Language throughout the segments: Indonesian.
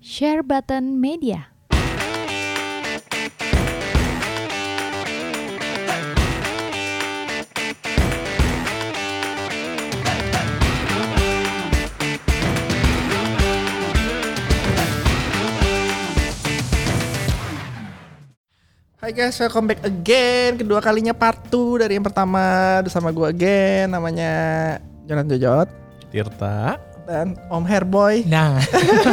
Share Button Media. Hai guys, welcome back again. Kedua kalinya part 2 dari yang pertama. Bersama gue again, namanya Jonan Jojot, Tirta, dan Om Hairboy. Nah.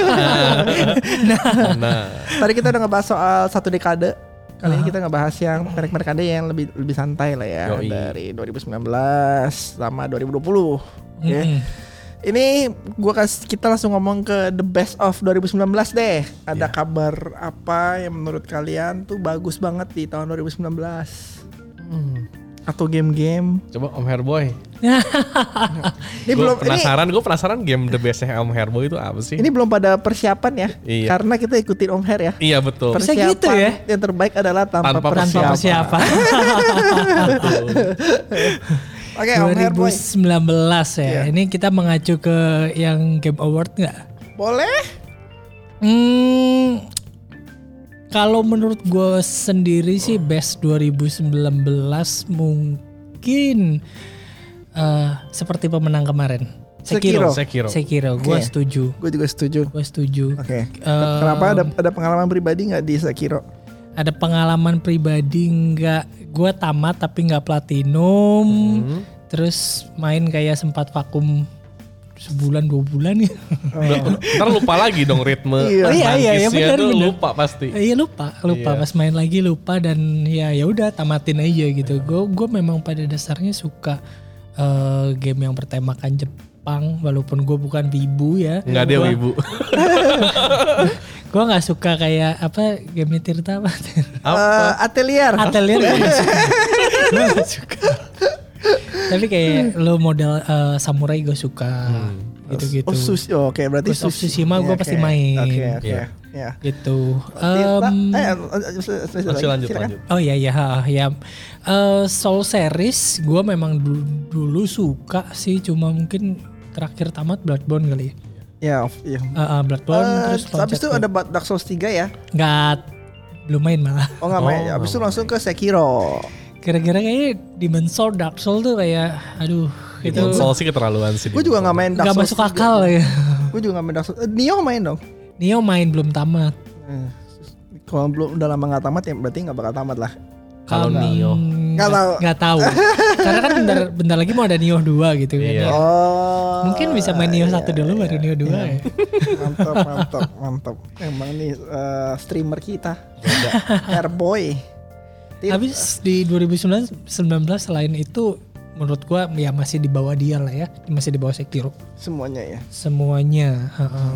Tadi kita udah ngebahas soal satu dekade. Kali ini kita ngebahas yang merek-merek dekade yang lebih santai lah ya. Yoi. Dari 2019 sama 2020. Oke. Ini kita langsung ngomong ke the best of 2019 deh. Ada kabar apa yang menurut kalian tuh bagus banget di tahun 2019? Atau game-game? coba Om Hairboy. Ini Gue penasaran game the bestnya Om Hairboy itu apa sih? Ini belum pada persiapan ya. Iya. Karena kita ikutin Om Hair ya. Iya betul. Bisa Persiapan gitu ya? yang terbaik adalah tanpa persiapan. Oke, Om Hair Boy. 2019 ya. Iya. Ini kita mengacu ke yang Game Award nggak? Boleh? Kalau menurut gue sendiri sih best 2019 mungkin seperti pemenang kemarin. Sekiro. Sekiro. Gue Oke. setuju. Gue juga setuju. Oke. Kenapa ada pengalaman pribadi nggak di Sekiro? Ada pengalaman pribadi nggak? Gue tamat tapi nggak platinum. Terus main kayak sempat vakum sebulan 2 bulan ya. Ntar lupa lagi dong ritme. Iya. Oh, iya, nangisnya benar, tuh benar. lupa pasti. Iya lupa Iya. Pas main lagi lupa dan ya udah tamatin aja gitu. Gue memang pada dasarnya suka game yang bertemakan Jepang walaupun gue bukan wibu ya. Nggak ada ibu. Gue nggak suka kayak apa game Tirta apa? Atelier. Atelier gue nggak suka. Gue nggak suka. Tapi kayak lo model samurai gue suka gitu-gitu. Oke, berarti Ghost of Tsushima gue pasti main. Oke. Iya. Ya. Gitu. Masih lanjut. Oh iya ya. Soul series gue memang dulu suka sih, cuma mungkin terakhir tamat Bloodborne kali. Ya. Bloodborne terus Habis itu ada Dark Souls 3 ya? belum main malah. Oh nggak main. Habis itu langsung ke Sekiro. Kira-kira kayaknya Demon Soul, Dark Soul tuh kayak aduh itu Soal sih keterlaluan sih. Gue juga nggak main Dark nggak Souls. masuk akal ya. Gue juga nggak main Dark Souls. Nioh main dong. Nioh main belum tamat. Kalau belum udah lama nggak tamat ya berarti nggak bakal tamat lah. Kalau Nioh. Nggak tahu. Karena kan bentar lagi mau ada Nioh 2 gitu kan. Iya. Ya. Oh. Mungkin bisa main Nioh 1 dulu baru Nioh 2 ya. Mantap. Emang nih streamer kita. Hairboy. Habis di 2019 selain itu menurut gua ya masih di bawah dia lah ya. Masih di bawah Sekiro. Semuanya ya. Semuanya.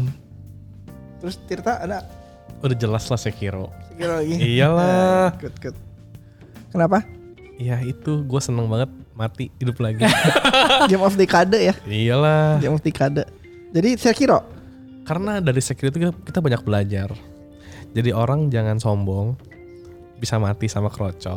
Terus Tirta ada Udah jelas lah Sekiro. Sekiro lagi. Iyalah. Good. Kenapa? Ya itu gue seneng banget mati hidup lagi. Game of Decade ya. Iyalah. Game of Decade. Jadi Sekiro. Karena dari Sekiro itu kita banyak belajar. Jadi orang jangan sombong. Bisa mati sama krocok.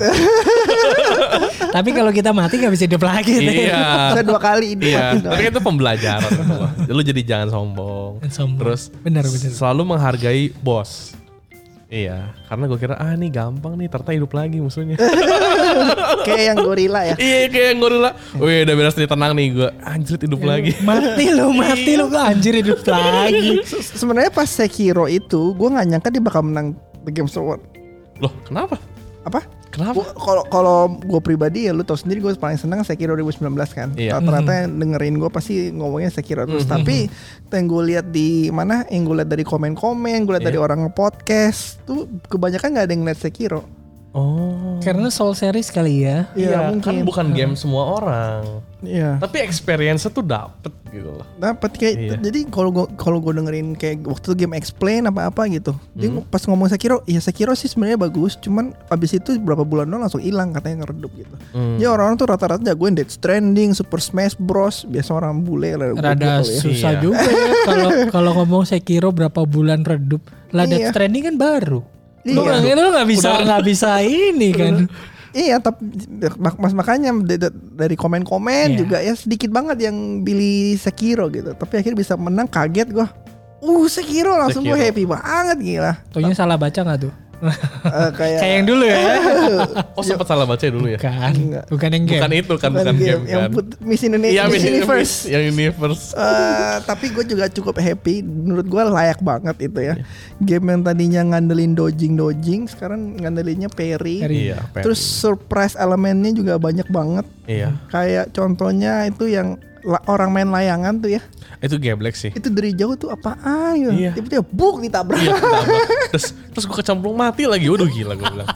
Tapi kalau kita mati gak bisa hidup lagi. Iya. Saya 2 kali ini. Iya, tapi kan itu pembelajaran. Lu jadi jangan sombong. Terus benar. selalu menghargai bos. Iya, karena gue kira ini gampang nih, ternyata hidup lagi musuhnya. Kayak yang gorila ya. Iya, kayak yang gorila. Wih, udah beres nih, tenang nih gue. Anjir hidup lagi. Mati lu kok anjir hidup lagi. Sebenarnya pas Sekiro itu gue nggak nyangka dia bakal menang The Game Award. Loh, kenapa? Apa? Kenapa? Kalau gue pribadi ya lu tau sendiri gue paling senang Sekiro 2019 kan. Iya. Ternyata yang dengerin gue pasti ngomongnya Sekiro terus. Tapi yang gue lihat di mana, yang gue lihat dari komen-komen, gue lihat dari orang nge-podcast tuh kebanyakan nggak ada yang ngeliat Sekiro. Oh. Karena Soul series kali ya. Iya, mungkin. kan bukan game semua orang. Iya. Tapi experience-nya tuh dapet gitu loh. Dapat kayak Iya. jadi kalau gue dengerin kayak waktu itu game explain apa gitu. Dia pas ngomong Sekiro, ya Sekiro sih sebenarnya bagus, cuman abis itu berapa bulan doang langsung hilang katanya ngeredup gitu. Ya orang-orang tuh rata-rata jagoin Death Stranding, Super Smash Bros, biasa orang bule lah. Rada susah Iya. juga ya kalau ngomong Sekiro berapa bulan redup. Lah Iya. Death Stranding kan baru. Iya. Lu nggak bisa ini kan. Iya, tapi makanya dari komen-komen Iya. juga ya sedikit banget yang pilih Sekiro gitu. Tapi akhirnya bisa menang, kaget gue. Sekiro langsung gue Sekiro. happy banget gila. Taunya salah baca gak tuh? Kayak Kayak yang dulu ya? Oh sempat salah baca dulu ya? Bukan. Enggak. Bukan yang game. Bukan itu kan, bukan game yang kan. Miss Indonesia, Iya, Miss Universe. Yang Universe. Tapi gue juga cukup happy. Menurut gue layak banget itu ya. Game yang tadinya ngandelin dodging, sekarang ngandelinnya parry. Iya, Terus surprise elemennya juga banyak banget. Iya. Kayak contohnya itu yang orang main layangan tuh ya. Itu geblek sih. Itu dari jauh tuh apaan ya? Iya. Tiba-tiba buk ditabrak. Iya, ketabrak. terus gue kecemplung mati lagi. Waduh gila gue bilang.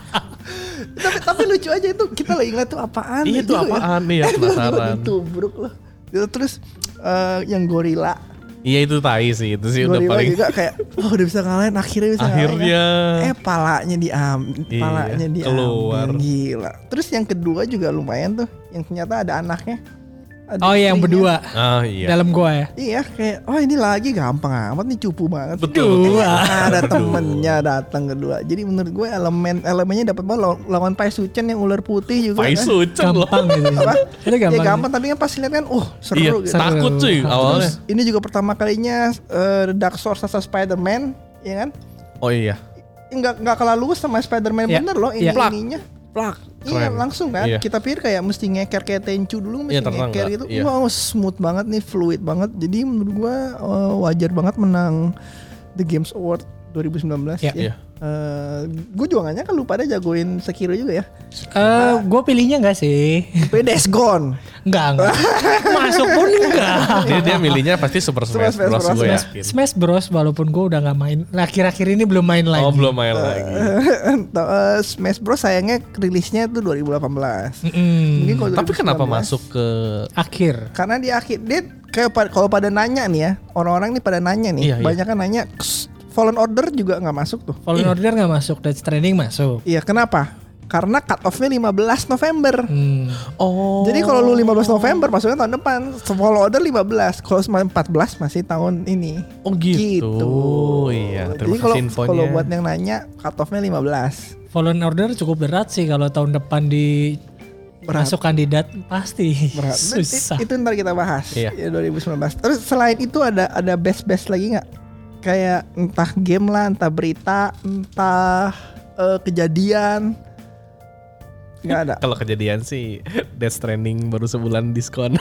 tapi lucu aja itu, kita lagi ngeliat tuh apaan. Iya itu gitu ya. apaan nih ya, penasaran. Ditubruk loh. Terus yang gorila. Iya itu tai sih, itu sih udah Gorila paling. juga kayak udah bisa ngalahin, akhirnya bisa Akhirnya. ngalahin. Palanya diambil, Iya, palanya diambil. keluar. Gila. Terus yang kedua juga lumayan tuh, yang ternyata ada anaknya. Ada Oh yang istrinya. berdua. Ah iya. Dalam gua ya? Iya kayak ini lagi gampang amat nih, cupu banget. Betul. Ada Betul. temennya datang kedua. Jadi menurut gue elemennya dapat banget lawan Paisuchan yang ular putih juga. Paisuchan loh. Gampang gitu. Apa? Itu Ya gampang. gampang, tapi kan pas lihat kan seru Iya, gitu. takut cuy awalnya. Terus ini juga pertama kalinya Dark Souls sama Spider-Man, ya kan? Oh iya. Nggak kalah luas sama Spider-Man Iya. bener loh Iya. ininya. Plak. Iya Keren. langsung kan. Iya. Kita pikir kayak mesti ngeker kayak Tenchu dulu, mesti Iya, terang ngeker nggak? gitu. Iya. Wow, smooth banget nih, fluid banget. Jadi menurut gua wajar banget menang The Games Award 2019 Iya. ya. Iya. Gue juga gak nyangka lu pada jagoin Sekiro juga ya. Gue pilihnya enggak sih? Tapi Days Gone. Enggak. Masuk pun enggak. Dia milihnya pasti Super Smash Smash Bros. Bros. Gue Smash- yakin. Smash Bros walaupun gue udah nggak main. Akhir-akhir ini belum main lagi. Oh belum main lagi. Smash Bros sayangnya rilisnya tuh 2018. Mungkin kalau Tapi kenapa 2019, masuk ke Akhir. Karena di akhir dia kayak kalau pada nanya nih ya, orang-orang nih pada nanya nih, Iya, iya. banyak kan nanya Fallen Order juga nggak masuk tuh. Fallen Order nggak masuk, Death Stranding masuk. Iya, kenapa? Karena cut off-nya 15 November. Oh. Jadi kalau lu 15 November masuknya tahun depan. Fallen Order 15, kalau 14 masih tahun ini. Oh gitu. Iya, Jadi terima kalau kasih infonya. kalau buat yang nanya cut off-nya 15. Fallen Order cukup berat sih kalau tahun depan di Berat. masuk kandidat pasti Berat. susah. Itu ntar kita bahas Iya. ya 2019. Terus selain itu ada best lagi nggak? Kayak entah game lah, entah berita, entah kejadian. Nggak ada. Kalau kejadian sih Death Stranding baru sebulan diskon.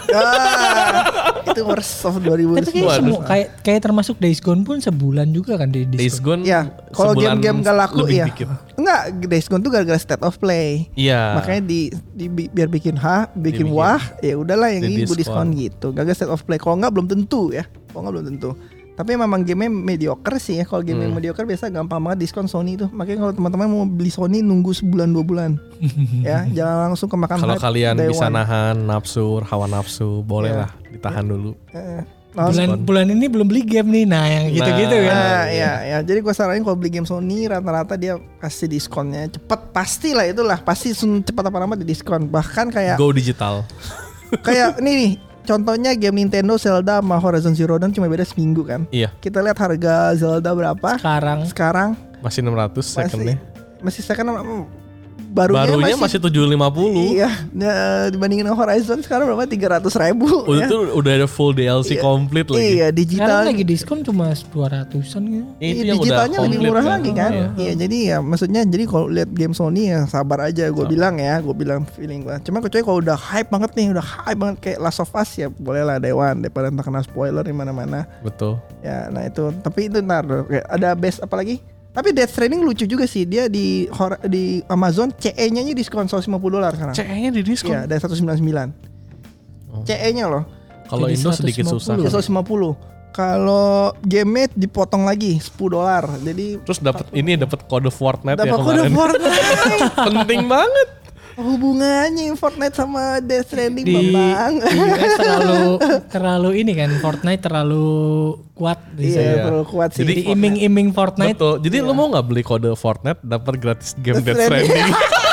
Itu worst of 2019. Tapi kayak semua kayak termasuk Days Gone pun sebulan juga kan di Days diskon. Gone. Ya, kalau sebulan game-game gak laku lebih ya. dikit. Enggak, Days Gone tuh gara-gara state of play. Iya. Makanya biar bikin Dibikin. wah, ya udahlah yang Di ini gue diskon. diskon gitu. Gagal state of play. Kalau enggak belum tentu ya. Tapi memang gamenya mediocre sih ya. Kalau game yang mediocre biasa gampang banget diskon Sony tuh. Makanya kalau teman-teman mau beli Sony nunggu sebulan 2 bulan. Ya, jangan langsung kemakan Kalau hype kalian day bisa one. nahan nafsu, hawa nafsu, boleh Iya. lah ditahan dulu. Bulan ini belum beli game nih. Nah, yang gitu-gitu kan. Nah, ya. Jadi gue saranin kalau beli game Sony rata-rata dia kasih diskonnya cepet, pastilah itulah, pasti cepat apa nama di diskon. Bahkan kayak Go digital. kayak ini nih, contohnya game Nintendo Zelda sama Horizon Zero Dawn cuma beda seminggu kan. Iya. Kita lihat harga Zelda berapa Sekarang Masih 600 secondnya. masih second barunya Barunya masih 750. iya. Nah, dibandingin Horizon sekarang berapa 300.000 Udah ya. tuh udah ada full DLC komplit lagi. Iya, sekarang digital. lagi diskon cuma 200-an gitu. Itu Iya, yang udah digitalnya lebih komplit murah kan. lagi kan. Iya. Iya, jadi ya maksudnya jadi kalau lihat game Sony ya sabar aja gue bilang feeling gue. Cuma kecuali kalau udah hype banget nih, udah hype banget kayak Last of Us ya boleh lah Day One daripada entah kena spoiler di mana-mana. Betul. Ya, nah itu. Tapi itu ntar kayak ada best apa lagi? Tapi Death Stranding lucu juga sih. Dia di Amazon CE-nya diskon $150 sekarang. CE-nya di diskon. Iya, dari 199. CE-nya loh. Kalau Jadi Indo sedikit 150. susah. Ya 150. Kalau game dipotong lagi $10. Jadi Terus dapat kode Fortnite ya dapat kode kemarin. Fortnite. Penting banget. Hubungannya Fortnite sama Death Stranding Di Bang. US terlalu ini kan, Fortnite terlalu kuat di sana. Iya, terlalu kuat sih. Jadi Diiming-iming Fortnite. Betul. Jadi lu mau nggak beli kode Fortnite dapat gratis game Death Death Stranding?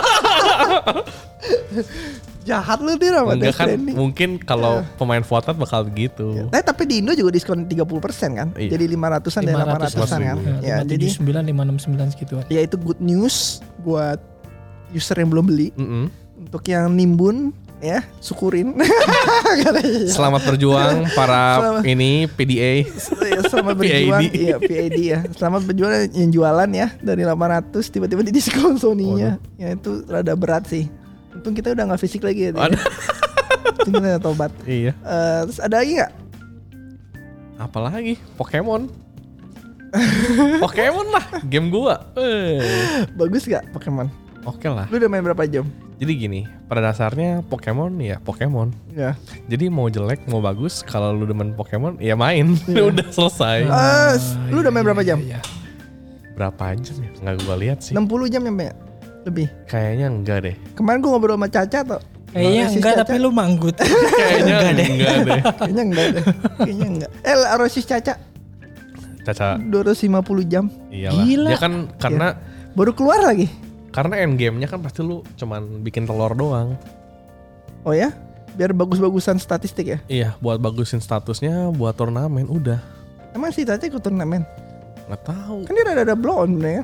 Jahat lu dia sama Enggak Death kan Stranding. mungkin kalau pemain Fortnite bakal begitu. Tapi di Indo juga diskon 30% kan. Iya. Jadi 500-an dan 800-an kan. Ya, jadi 579, 569 segituan. ya itu good news buat user yang belum beli. Mm-mm. Untuk yang nimbun ya, syukurin. Selamat berjuang para Selamat. ini PDA. Selamat PID. berjuang, iya PID ya. Selamat berjuang yang jualan ya dari 800 tiba-tiba di diskon Sony-nya. Ya itu rada berat sih. Untung kita udah nggak fisik lagi ya. Waduh. Untung kita udah tobat. Iya. Terus ada lagi nggak? Apalagi Pokemon. Pokemon lah game gua. Bagus nggak Pokemon? Oke lah. Lu udah main berapa jam? Jadi gini, pada dasarnya Pokemon ya Pokemon. Ya. Jadi mau jelek mau bagus, kalau lu demen Pokemon ya main. Udah selesai. Lu udah main berapa jam? Iya. Berapa jam ya? Nggak gua lihat sih. 60 jam nyampe ya? Lebih. Kayaknya enggak deh. Kemarin gua ngobrol sama Caca tuh. Kayaknya Rosis enggak Caca. tapi lu manggut. Kayaknya enggak deh. Kayaknya enggak deh. Kayaknya enggak. Rosis Caca Caca, 250 jam. iyalah. Gila. Ya kan karena Baru keluar lagi. karena end game-nya kan pasti lu cuman bikin telur doang. Oh ya? Biar bagus-bagusan statistik ya. Iya, buat bagusin statusnya, buat turnamen udah. Emang si Caca ikut turnamen? Nggak tahu. Kan dia ada blow on ya.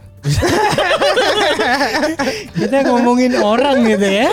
Kita ngomongin orang gitu ya.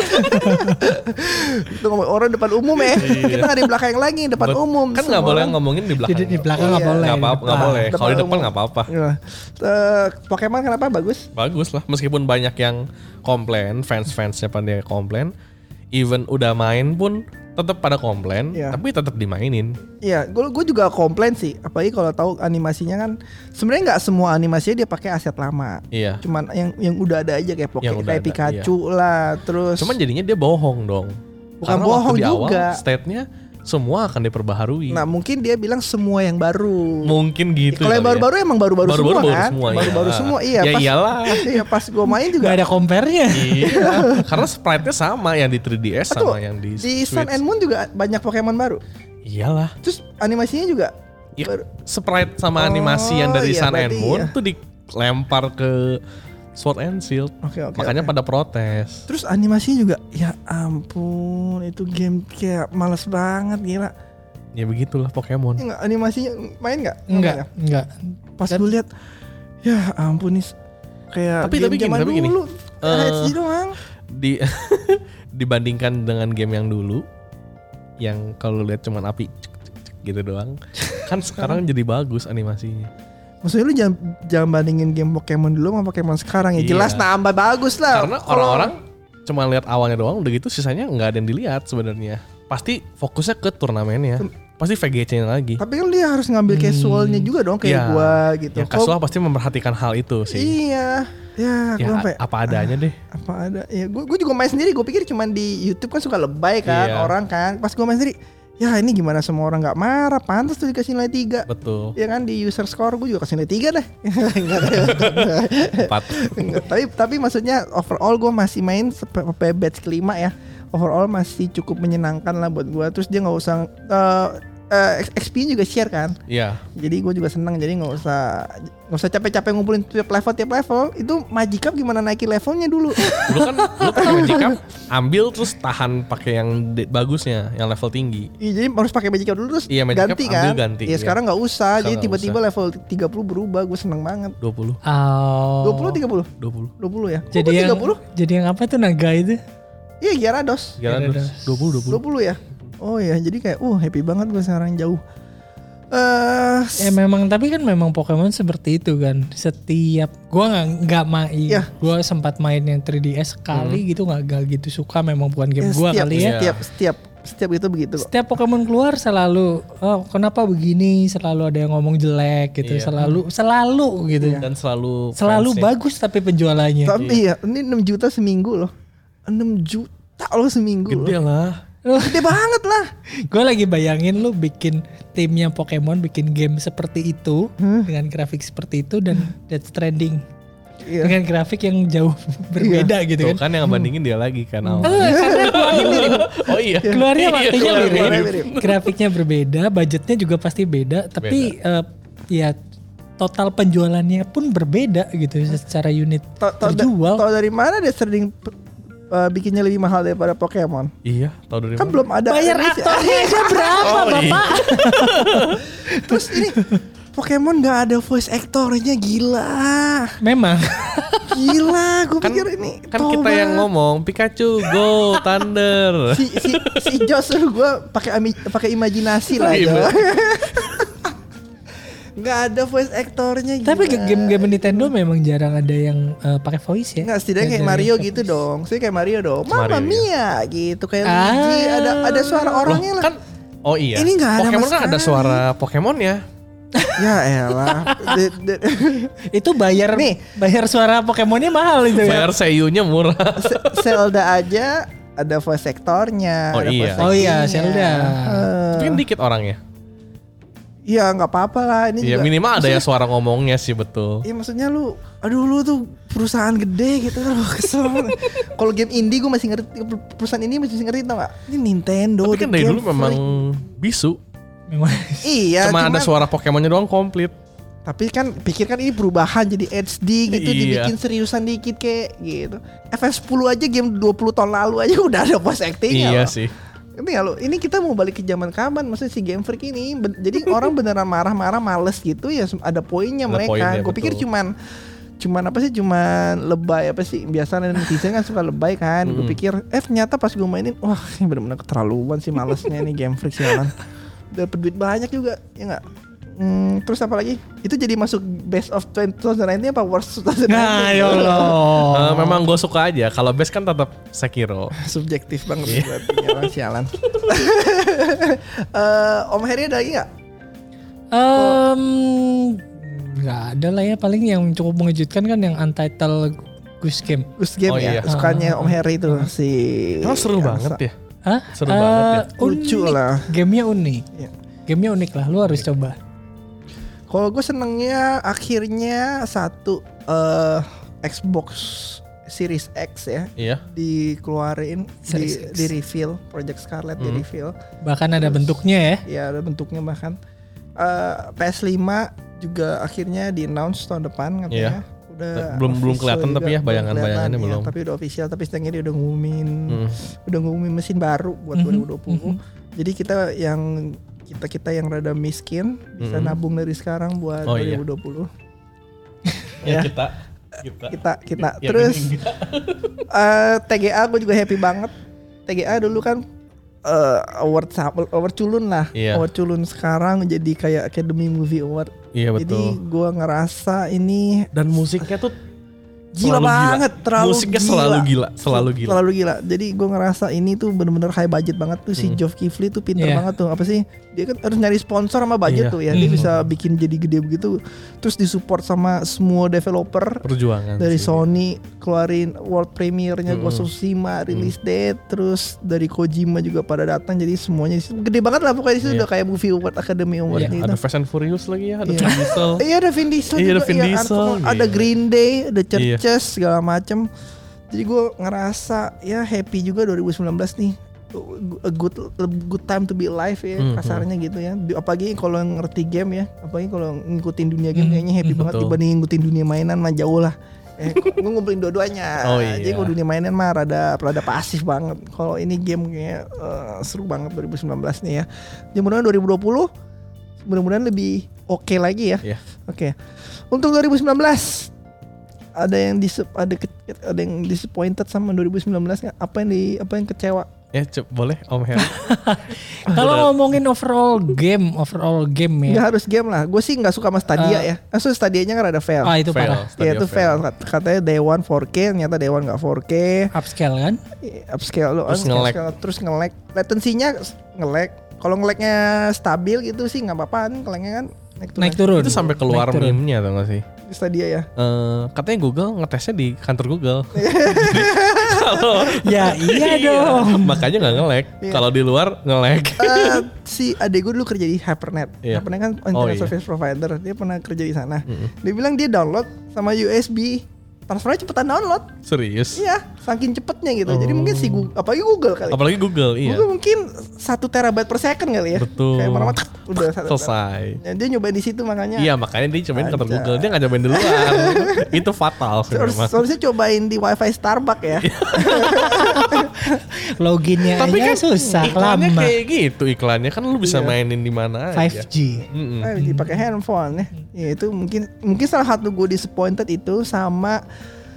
Itu ngomong orang depan umum ya. Iya. Kita nggak di belakang lagi, depan umum. Kan nggak Semua boleh orang. ngomongin di belakang. Jadi di belakang nggak iya. boleh. Nggak apa-apa, nggak Depan. boleh. Kalau di Depan depan umum. nggak apa-apa. Iya. Pokemon kenapa bagus? Bagus lah, meskipun banyak yang komplain, fans-fansnya pada komplain, even udah main pun tetap pada komplain, Iya. tapi tetap dimainin. Iya, gue juga komplain sih. Apalagi kalau tahu animasinya kan, sebenarnya nggak semua animasinya dia pakai aset lama. Iya. Cuman yang udah ada aja kayak Yang udah kayak ada, Pikachu lah, terus. Cuman jadinya dia bohong dong. Bukan Karena bohong waktu di awal, juga. state-nya semua akan diperbaharui. Nah mungkin dia bilang semua yang baru. Mungkin gitu. Kalau yang kali ya. baru-baru emang baru-baru semua kan? semua, Baru-baru iya. semua, iya. Ya pas, iyalah. Iya pas gue main juga. Gak ada compare-nya. Iya. Karena sprite-nya sama yang di 3DS Betul. sama yang di Di Sun Switch. and Moon juga banyak Pokemon baru. Iyalah. Terus animasinya juga Ya, baru. sprite sama Oh, animasi yang dari iya, Sun and berarti Moon iya. tuh dilempar ke Sword and Shield. Oke. Makanya pada protes. Terus animasinya juga, ya ampun, itu game kayak males banget gila. Ya begitulah Pokemon. Ya, nggak, animasinya main nggak? Enggak. Pas gue lihat, ya ampun nih, kayak Tapi game gini, zaman tapi gini. dulu. HD doang. Di dibandingkan dengan game yang dulu, yang kalau lihat cuman api cek, cek, cek, gitu doang, kan sekarang jadi bagus animasinya. Maksudnya lu jangan bandingin game Pokemon dulu sama Pokemon sekarang ya. Iya. Jelas nambah bagus lah. Karena Kalau- orang-orang cuma lihat awalnya doang, udah gitu sisanya nggak ada yang dilihat sebenarnya. Pasti fokusnya ke turnamennya, pasti VGC-nya lagi. Tapi kan dia harus ngambil casualnya juga dong kayak Iya. gua gitu. Yang casual pasti memperhatikan hal itu sih. Iya. Ya, Ya, gua sampai apa adanya deh. apa ada. Ya gua juga main sendiri. Gue pikir cuman di YouTube kan suka lebay kan Iya. orang kan. Pas gua main sendiri, ya ini gimana semua orang nggak marah? Pantas tuh dikasih nilai 3. Betul. Ya kan di user score gue juga kasih nilai 3 deh. Enggak, 4. enggak. Tapi maksudnya overall gue masih main sampai batch kelima ya. Overall masih cukup menyenangkan lah buat gue. Terus dia nggak usah XP juga share kan. Iya. Jadi gue juga senang. Jadi nggak usah capek-capek ngumpulin tiap level. Itu Magikarp gimana naikin levelnya dulu? Dulu kan lu pakai Magikarp, ambil terus tahan pakai yang bagusnya, yang level tinggi. Iya, jadi harus pakai Magikarp dulu terus Iya, Magikarp ganti ambil kan. ganti, Iya iya. sekarang nggak usah. Sekarang Jadi nggak tiba-tiba usah. level 30 berubah. Gue seneng banget. 20. 20 30? 20. 20 ya? Jadi Kok yang 30? jadi yang apa tuh naga itu? Iya Gyarados. Gyarados. 20. 20 ya? Oh ya, jadi kayak happy banget gue sekarang jauh. Ya memang tapi kan memang Pokemon seperti itu kan. Setiap gua nggak main, Iya. gua sempat main yang 3DS sekali gitu nggak gitu suka memang bukan game gua setiap, kali ya. Setiap itu begitu kok. Setiap Pokemon keluar selalu kenapa begini, selalu ada yang ngomong jelek gitu, Iya. selalu gitu. Dan selalu Selalu fansnya. bagus tapi penjualannya. Tapi ya, ini 6 juta seminggu loh. 6 juta loh seminggu Gede loh. lah. Gede banget lah. Gue lagi bayangin lu bikin timnya Pokemon bikin game seperti itu dengan grafik seperti itu dan Death Stranding Iya. dengan grafik yang jauh berbeda gitu Tuh kan. kan yang bandingin dia lagi kan. Al. Karena keluarnya mirip. Oh iya. Keluarnya Iya, waktunya keluarnya mirip. mirip. Grafiknya berbeda, budgetnya juga pasti beda, tapi ya total penjualannya pun berbeda gitu secara unit terjual. Tahu dari mana dia sering bikinnya lebih mahal daripada Pokemon? Iya, tahu dari Kan mana? belum ada Bayar rilis ya. aktornya aja berapa, Oh, iya. Bapak? Terus ini Pokemon gak ada voice actornya, gila. Memang Gila, gue pikir ini Kan kita yang ngomong Pikachu Go Thunder. si Josh gue pakai imajinasi lah ya. Nggak ada voice actornya. Tapi game-game Nintendo memang jarang ada yang pakai voice ya. Nggak, setidaknya kayak Mario gitu dong. Saya kayak Mario dong. Mamma Mia gitu, kayak Luigi ada suara orangnya lah. Kan, oh iya. Ini nggak ada Pokemon kan ada suara Pokemonnya. Ya elah. Itu bayar suara Pokemonnya mahal itu ya. Bayar seiyunya murah. Zelda aja ada voice actornya. Oh ada iya. voice Oh iya, actingnya. Zelda. Tapi kan dikit orangnya. Iya nggak apa-apa lah ini Iya juga. minimal ada ya suara ngomongnya sih betul. Iya maksudnya lu tuh perusahaan gede gitu kan, kesel banget. Kalau game indie gue masih ngerti, perusahaan ini masih ngerti tau gak? Ini Nintendo. Tapi kan dari dulu memang bisu. Memang. Iya. Cuma ada suara Pokemonnya doang komplit. Tapi kan pikirkan ini perubahan jadi HD gitu, Iya. dibikin seriusan dikit kayak gitu. FF10 aja game 20 tahun lalu aja udah ada voice acting. Iya sih. Ini kita mau balik ke zaman kapan? Maksudnya si Game Freak ini jadi orang beneran marah-marah males gitu ya, ada poinnya Ada mereka. poinnya, Gue pikir betul. cuman apa sih, cuman lebay apa sih, biasanya netizen kan suka lebay kan. Gue pikir ternyata pas gue mainin, wah ini bener-bener keterlaluan sih malesnya nih Game Freak sialan. Dapat duit banyak juga ya nggak. Terus apa lagi? Itu jadi masuk best of 2019 apa worst 2019? Nah, ya Allah. Memang gue suka aja. Kalau best kan tetap Sekiro. Subjektif banget berarti orang sialan. Om Heri ada lagi nggak? Nggak ada lah ya, paling yang cukup mengejutkan kan yang Untitled Goose Game. Goose Game Oh, ya, iya. sukanya Om Heri itu si. Oh seru yang banget ya. Hah? Seru banget ya. Lucu Unik. lah. Gamenya unik. Iya. Gamenya unik lah, lu harus coba. Kalau gue senengnya akhirnya satu Xbox Series X ya Iya. dikeluarin Series X. di reveal, Project Scarlet di reveal. Bahkan ada bentuknya ya. Ya ada bentuknya bahkan. PS5 juga akhirnya di announce tahun depan katanya. Udah Belum official kelihatan juga, tapi ya bayangan-bayangannya kelihatan, belum. Ya, tapi udah official, tapi setengahnya dia udah ngumumin mesin baru buat 2020. Jadi kita yang rada miskin bisa nabung dari sekarang buat 2020. Ya, Ya. Kita Ya, terus enggak. TGA gue juga happy banget. TGA dulu kan award culun lah. Iya. Award culun sekarang jadi kayak Academy Movie Award. Iya betul. Jadi gue ngerasa ini Dan musiknya tuh gila banget, terlalu musiknya gila. selalu gila. Jadi gue ngerasa ini tuh bener-bener high budget banget tuh. Si Geoff Keighley tuh pinter Iya. banget tuh. Apa sih? Dia kan harus nyari sponsor sama budget Iya. tuh ya. Dia bisa bikin jadi gede begitu. Terus disupport sama semua developer. Perjuangan Dari sih. Sony keluarin world premiere-nya Ghost of Tsushima release date, terus dari Kojima juga pada datang, jadi semuanya gede banget lah pokoknya di situ. Iya. udah kayak movie award, Academy Award Iya, gitu. ada Fast and Furious lagi ya, ada Iya. Vin Diesel. Iya ada Vin Diesel Iya, ada juga, Vin iya, Diesel, ada gila. Green Day, ada Iya. Churches segala macem. Jadi gue ngerasa ya happy juga 2019 nih. A good time to be alive ya, kasarnya gitu ya. Apalagi kalau ngerti game ya, apalagi kalau ngikutin dunia game kayaknya happy banget betul. dibanding ngikutin dunia mainan mah jauh lah. Gue ngumpulin dua-duanya. Oh, iya. Jadi kalau dunia mainan mah rada pasif banget. Kalau ini game kayak seru banget 2019 nih ya. Jadi mudah-mudahan 2020 mudah-mudahan lebih oke lagi ya. Iya. Oke. Untuk 2019 ada yang disappointed sama 2019 nggak? Apa yang kecewa? Ya boleh Om Heri. Kalau ngomongin overall game ya. Nggak harus game lah. Gue sih nggak suka sama Stadia ya. Maksudnya Stadianya kan ada fail. Ah itu Fail. parah. Ya itu fail. Katanya Day One 4K, ternyata Day One nggak 4K. Upscale kan? Upscale lo, Terus nge-lag. terus nge-lag. Latensinya nge-lag. Kalau nge-lagnya stabil gitu sih nggak apa-apa, nge-lagnya kan Naik turun. Itu sampai keluar Naik turun. meme-nya tau gak sih? di Stadia ya. Katanya Google ngetesnya di kantor Google. Jadi, kalau Ya iya dong. makanya nggak nge-lag. Iya. Kalau di luar nge-lag. Si adek gue dulu kerja di Hypernet. Iya. Hypernet kan Oh, internet iya. service provider. Dia pernah kerja di sana. Dia bilang dia download sama USB. Transfernya cepetan download. Serius. Iya, saking cepetnya gitu. Jadi mungkin si Google, apalagi Google kali. Apalagi Google, iya. Google mungkin 1 terabyte per second kali ya. Betul. Kayak pertama udah 1 Selesai. Ya, dia nyobain di situ makanya. Iya makanya dia cobain kantor Aja. Google. Dia nggak cobain di luar. Itu fatal sebenarnya. Harusnya cobain di WiFi Starbucks ya. Loginnya Tapi aja kan susah iklannya lama. kayak gitu iklannya kan lu bisa Iya. mainin di mana aja. 5G. Mm-mm. Dipakai handphone ya. Ya itu mungkin salah satu gue disappointed itu sama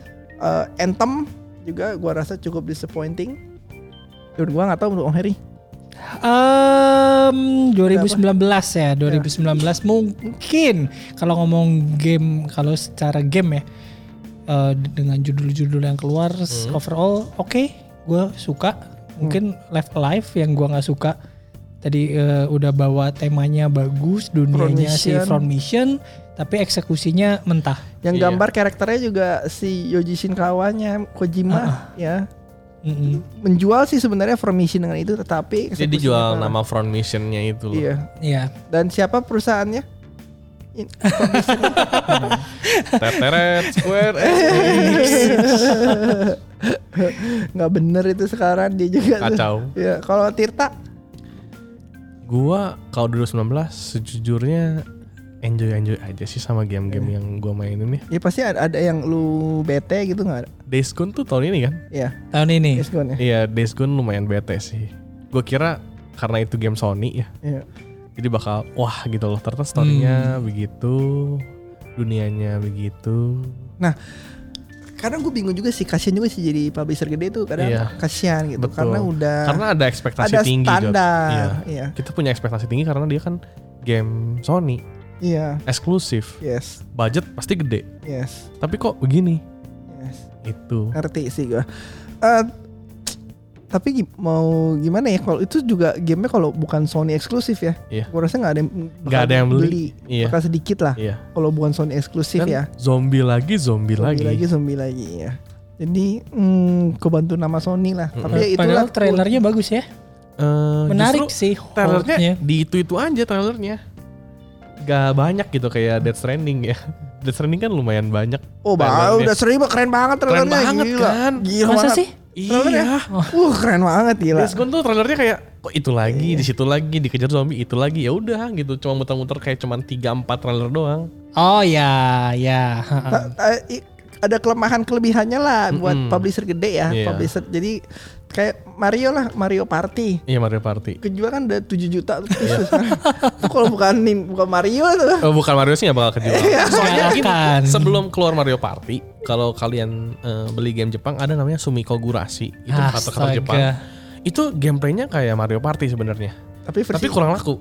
Anthem juga gua rasa cukup disappointing. Menurut gua nggak tahu untuk Om Heri. 2019 ya, 2019 mungkin kalau ngomong game, kalau secara game ya, dengan judul-judul yang keluar overall oke, gue suka. Mungkin Live Alive yang gue nggak suka tadi, udah bawa temanya bagus, dunianya si Front Mission, tapi eksekusinya mentah. Yang gambar karakternya juga si Yoji Shinkawa-nya Kojima ya. Menjual sih sebenarnya Front Mission dengan itu, tetapi jadi jual nama Front Mission-nya itu loh. Iya. Dan siapa perusahaannya? Teteret Square Enix. Nggak bener itu sekarang dia juga. Kacau. Ya, kalau Tirta? Gua kalau 2019 sejujurnya enjoy aja sih sama game-game yang gua mainin ya. Ya pasti ada yang lu bete gitu nggak? Days Gone tuh tahun ini kan? Iya. Tahun ini. Days Gone ya. Iya, Days Gone lumayan bete sih. Gua kira karena itu game Sony ya. Iya. Jadi bakal wah gitu loh. Ternyata story-nya begitu, dunianya begitu. Nah, kadang gue bingung juga sih, kasihan juga sih jadi publisher gede tuh kadang kasihan gitu. Betul. Karena ada ekspektasi ada tinggi. Standar. Iya. Kita punya ekspektasi tinggi karena dia kan game Sony. Iya. Eksklusif. Yes. Budget pasti gede. Yes. Tapi kok begini? Yes. Itu. Ngerti sih gue. Tapi mau gimana ya, kalau itu juga gamenya kalau bukan Sony eksklusif ya. Iya. Gue rasa nggak ada yang beli. Iya. Bakal sedikit lah. Iya. Kalau bukan Sony eksklusif kan ya. Zombie lagi ya. Jadi kebantu nama Sony lah. Tapi ya itulah. Padahal trailernya bagus ya. Menarik sih. Trailernya di itu aja trailernya. Gak banyak gitu kayak Death Stranding ya. Death Stranding kan lumayan banyak. Oh baru Death Stranding keren banget trailernya. Keren banget gila. kan. Gila masa banget. sih? Iya. Keren banget gila. Days Gone tuh trailernya kayak kok itu lagi, di situ lagi, dikejar zombie itu lagi. Ya udah gitu, cuma muter-muter kayak cuma 3-4 trailer doang. Oh ya. Ada kelemahan-kelebihannya lah buat publisher gede ya. Iya. Publisher jadi kayak Mario Party. Iya, Mario Party. Kejual kan udah 7 juta tuh. Kalau bukan Mario tuh. Oh, bukan Mario sih gak bakal kejual. Soalnya gini, Akan. sebelum keluar Mario Party, kalau kalian beli game Jepang ada namanya Sumiko Gurashi. Itu kata-kata Jepang. Itu gameplaynya kayak Mario Party sebenarnya. Tapi kurang laku.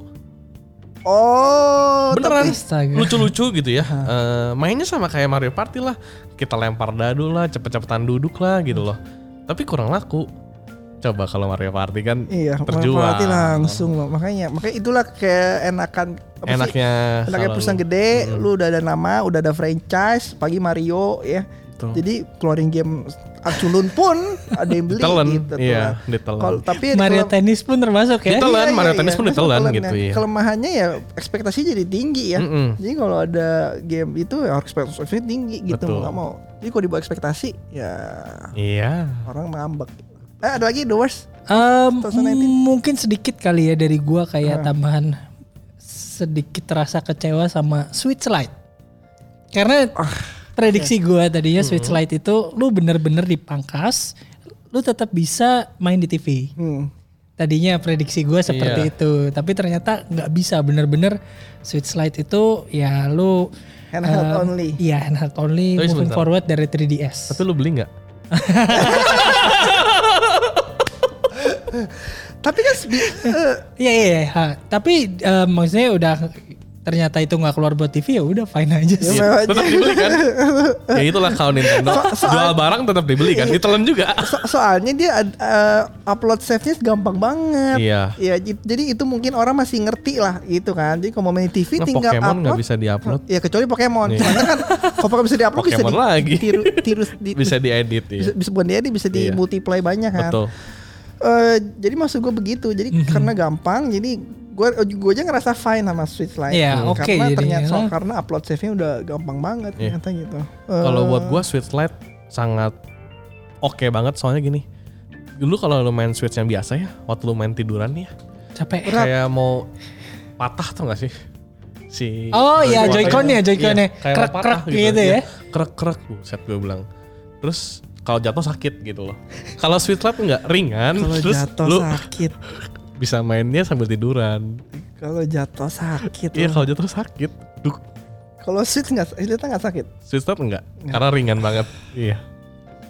Oh, beneran Astaga. lucu-lucu gitu ya. Mainnya sama kayak Mario Party lah. Kita lempar dadu lah, cepet-cepetan duduk lah gitu loh. Tapi kurang laku. Coba kalau Mario Party kan terjual. Mario Party langsung loh. Makanya itulah kayak enaknya perusahaan gede, lu udah ada nama, udah ada franchise, pagi Mario ya. Betul. Jadi keluarin game culun pun ada yang beli gitu. Iya, ditelan. Tapi Mario Tennis pun termasuk ya. Ditelan, Mario Tennis pun ditelan gitu ya. Kelemahannya ya ekspektasi jadi tinggi ya. Jadi kalau ada game itu ya ekspektasi tinggi gitu, nggak mau. Jadi kalau dibawa ekspektasi ya orang ngambek. Ada lagi The Worst? Mungkin sedikit kali ya dari gua kayak tambahan sedikit rasa kecewa sama Switch Lite. Karena prediksi gua tadinya Switch Lite itu lu bener-bener dipangkas, lu tetap bisa main di TV. Tadinya prediksi gua seperti itu, tapi ternyata nggak bisa, bener-bener Switch Lite itu ya lu handheld only. Iya, handheld only, moving forward dari 3DS. Tapi lu beli nggak? Tapi kan iya. Tapi maksudnya udah ternyata itu nggak keluar buat TV, ya udah fine aja sih. Tetap dibeli kan? Ya itulah kalau Nintendo jual barang tetap dibeli kan, ditelan juga. Soalnya dia upload save-nya gampang banget. Iya. Jadi itu mungkin orang masih ngerti lah gitu kan. Jadi kalau mau main TV tinggal Pokemon upload. Nggak bisa diupload. Ya kecuali Pokemon. Cuman kan kalau Pokemon bisa diupload Pokemon lagi. bisa diedit ya. Bisa bukan diedit, bisa di multiply banyak kan. Betul. Jadi maksud gue begitu. Jadi karena gampang, jadi gue aja ngerasa fine sama Switch Lite. Iya, oke. Karena ternyata karena upload save-nya udah gampang banget ternyata gitu. Kalau buat gue Switch Lite sangat oke banget, soalnya gini. Dulu kalau lu main Switch yang biasa ya, waktu lu main tiduran nih, capek. Kayak mau patah tuh gak sih? Iya, Joy-Con-nya krek-krek gitu ya. Krek-krek, buset gue bilang. Terus kalau jatuh sakit gitu loh. Kalau Switch Lite enggak ringan, kalau terus jatuh lu sakit. Bisa mainnya sambil tiduran. Kalau jatuh sakit. Iya, kalau jatuh sakit. Kalau Switch enggak sakit. Switch Lite enggak, karena ringan banget. Iya.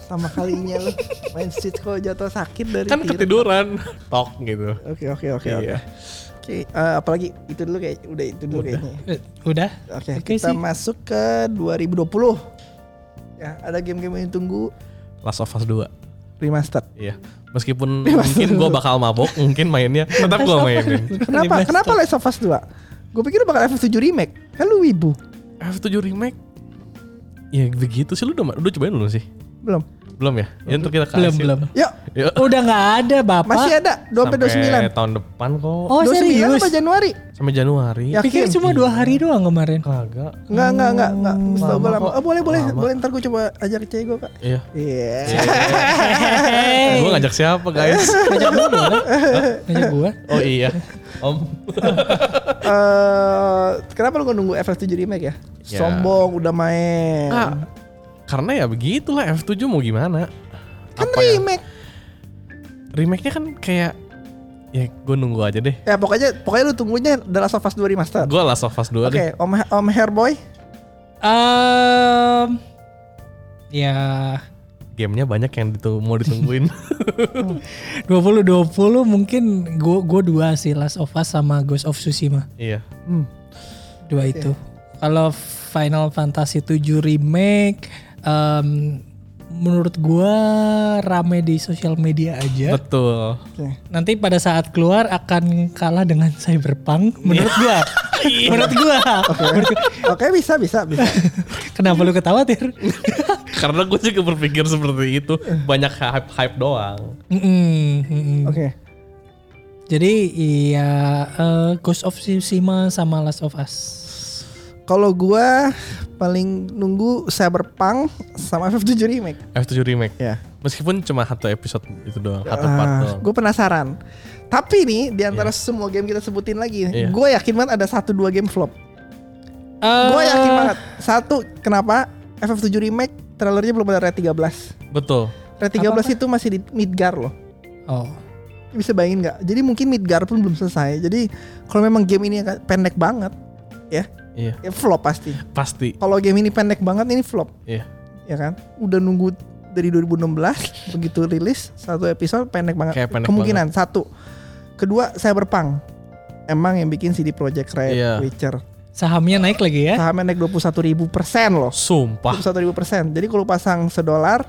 Pertama kalinya lu main Switch kalau jatuh sakit dari Kan ketiduran. Tok gitu. Oke. Iya. Oke, apalagi itu dulu kayaknya. Udah. Oke, Oke kita sih. masuk ke 2020. Ya, ada game-game yang ditunggu Last of Us 2. remastered. Iya. Meskipun mungkin gue bakal mabok, mungkin mainnya tetap gue mainin. Kenapa Last of Us 2? Gue pikir bakal FF7 remake. Kan lu wibu. F7 remake. Ya begitu sih, lu udah cobain belum sih? Belum ya? Ya ntar kita kasih. Belum. Yuk, Yuk. Udah nggak ada Bapak. masih ada 29. Tahun depan kok. Oh 29 serius? apa Januari? Sampai Januari. Ya. Pikir cuma 2 hari doang kemarin. Kagak. Enggak. Setahu gue Lama lama. kok. Oh, boleh. Lama. Boleh ntar gue coba ajak cewek gue, Kak. Iya. Iya. Gue ngajak siapa guys? Ngajak gua kan? Ngajak gua. Oh iya. Om. Kenapa lu nunggu FF7 remake ya? Ya. Sombong udah main. Karena ya begitulah F7 mau gimana? Kan Apa ya? remake. Remake-nya kan kayak ya gue nunggu aja deh. Ya pokoknya lu tunggunya The Last of Us 2 remaster. Gue Last of Us 2 Oke, deh. Om Hairboy. Ya Gamenya banyak yang mau ditungguin. 2020 mungkin gue 2 sih, Last of Us sama Ghost of Tsushima. Iya. 2 itu. Kalau Final Fantasy 7 remake menurut gua rame di sosial media aja. Betul. Nanti pada saat keluar akan kalah dengan Cyberpunk menurut gua. Menurut gua. Oke, bisa. Kenapa lu ketawa, Tir? Karena gue juga berpikir seperti itu. Banyak hype doang. Oke. Jadi iya Ghost of Tsushima sama Last of Us. Kalau gua paling nunggu Cyberpunk sama FF7 remake. F7 remake. Ya. Meskipun cuma 1 episode itu doang, 1 part doang. Gue penasaran. Tapi nih di antara semua game kita sebutin lagi, Iya. gue yakin banget ada 1-2 game flop. Gue yakin banget. Satu, kenapa? FF7 remake trailernya belum ada Red 13. Betul. Red 13 itu masih di Midgar loh. Oh. Bisa bayangin nggak? Jadi mungkin Midgar pun belum selesai. Jadi kalau memang game ini pendek banget, ya Iya. flop pasti. Pasti. Kalau game ini pendek banget ini flop, Iya. ya kan? Udah nunggu dari 2016 begitu rilis 1 episode pendek banget. Kayak pendek Kemungkinan 1. Kedua, Cyberpunk. Emang yang bikin CD Projekt Red, Iya. Witcher. Sahamnya naik lagi ya. Sahamnya naik 21.000% loh. Sumpah. 21.000%. Jadi kalau pasang $1,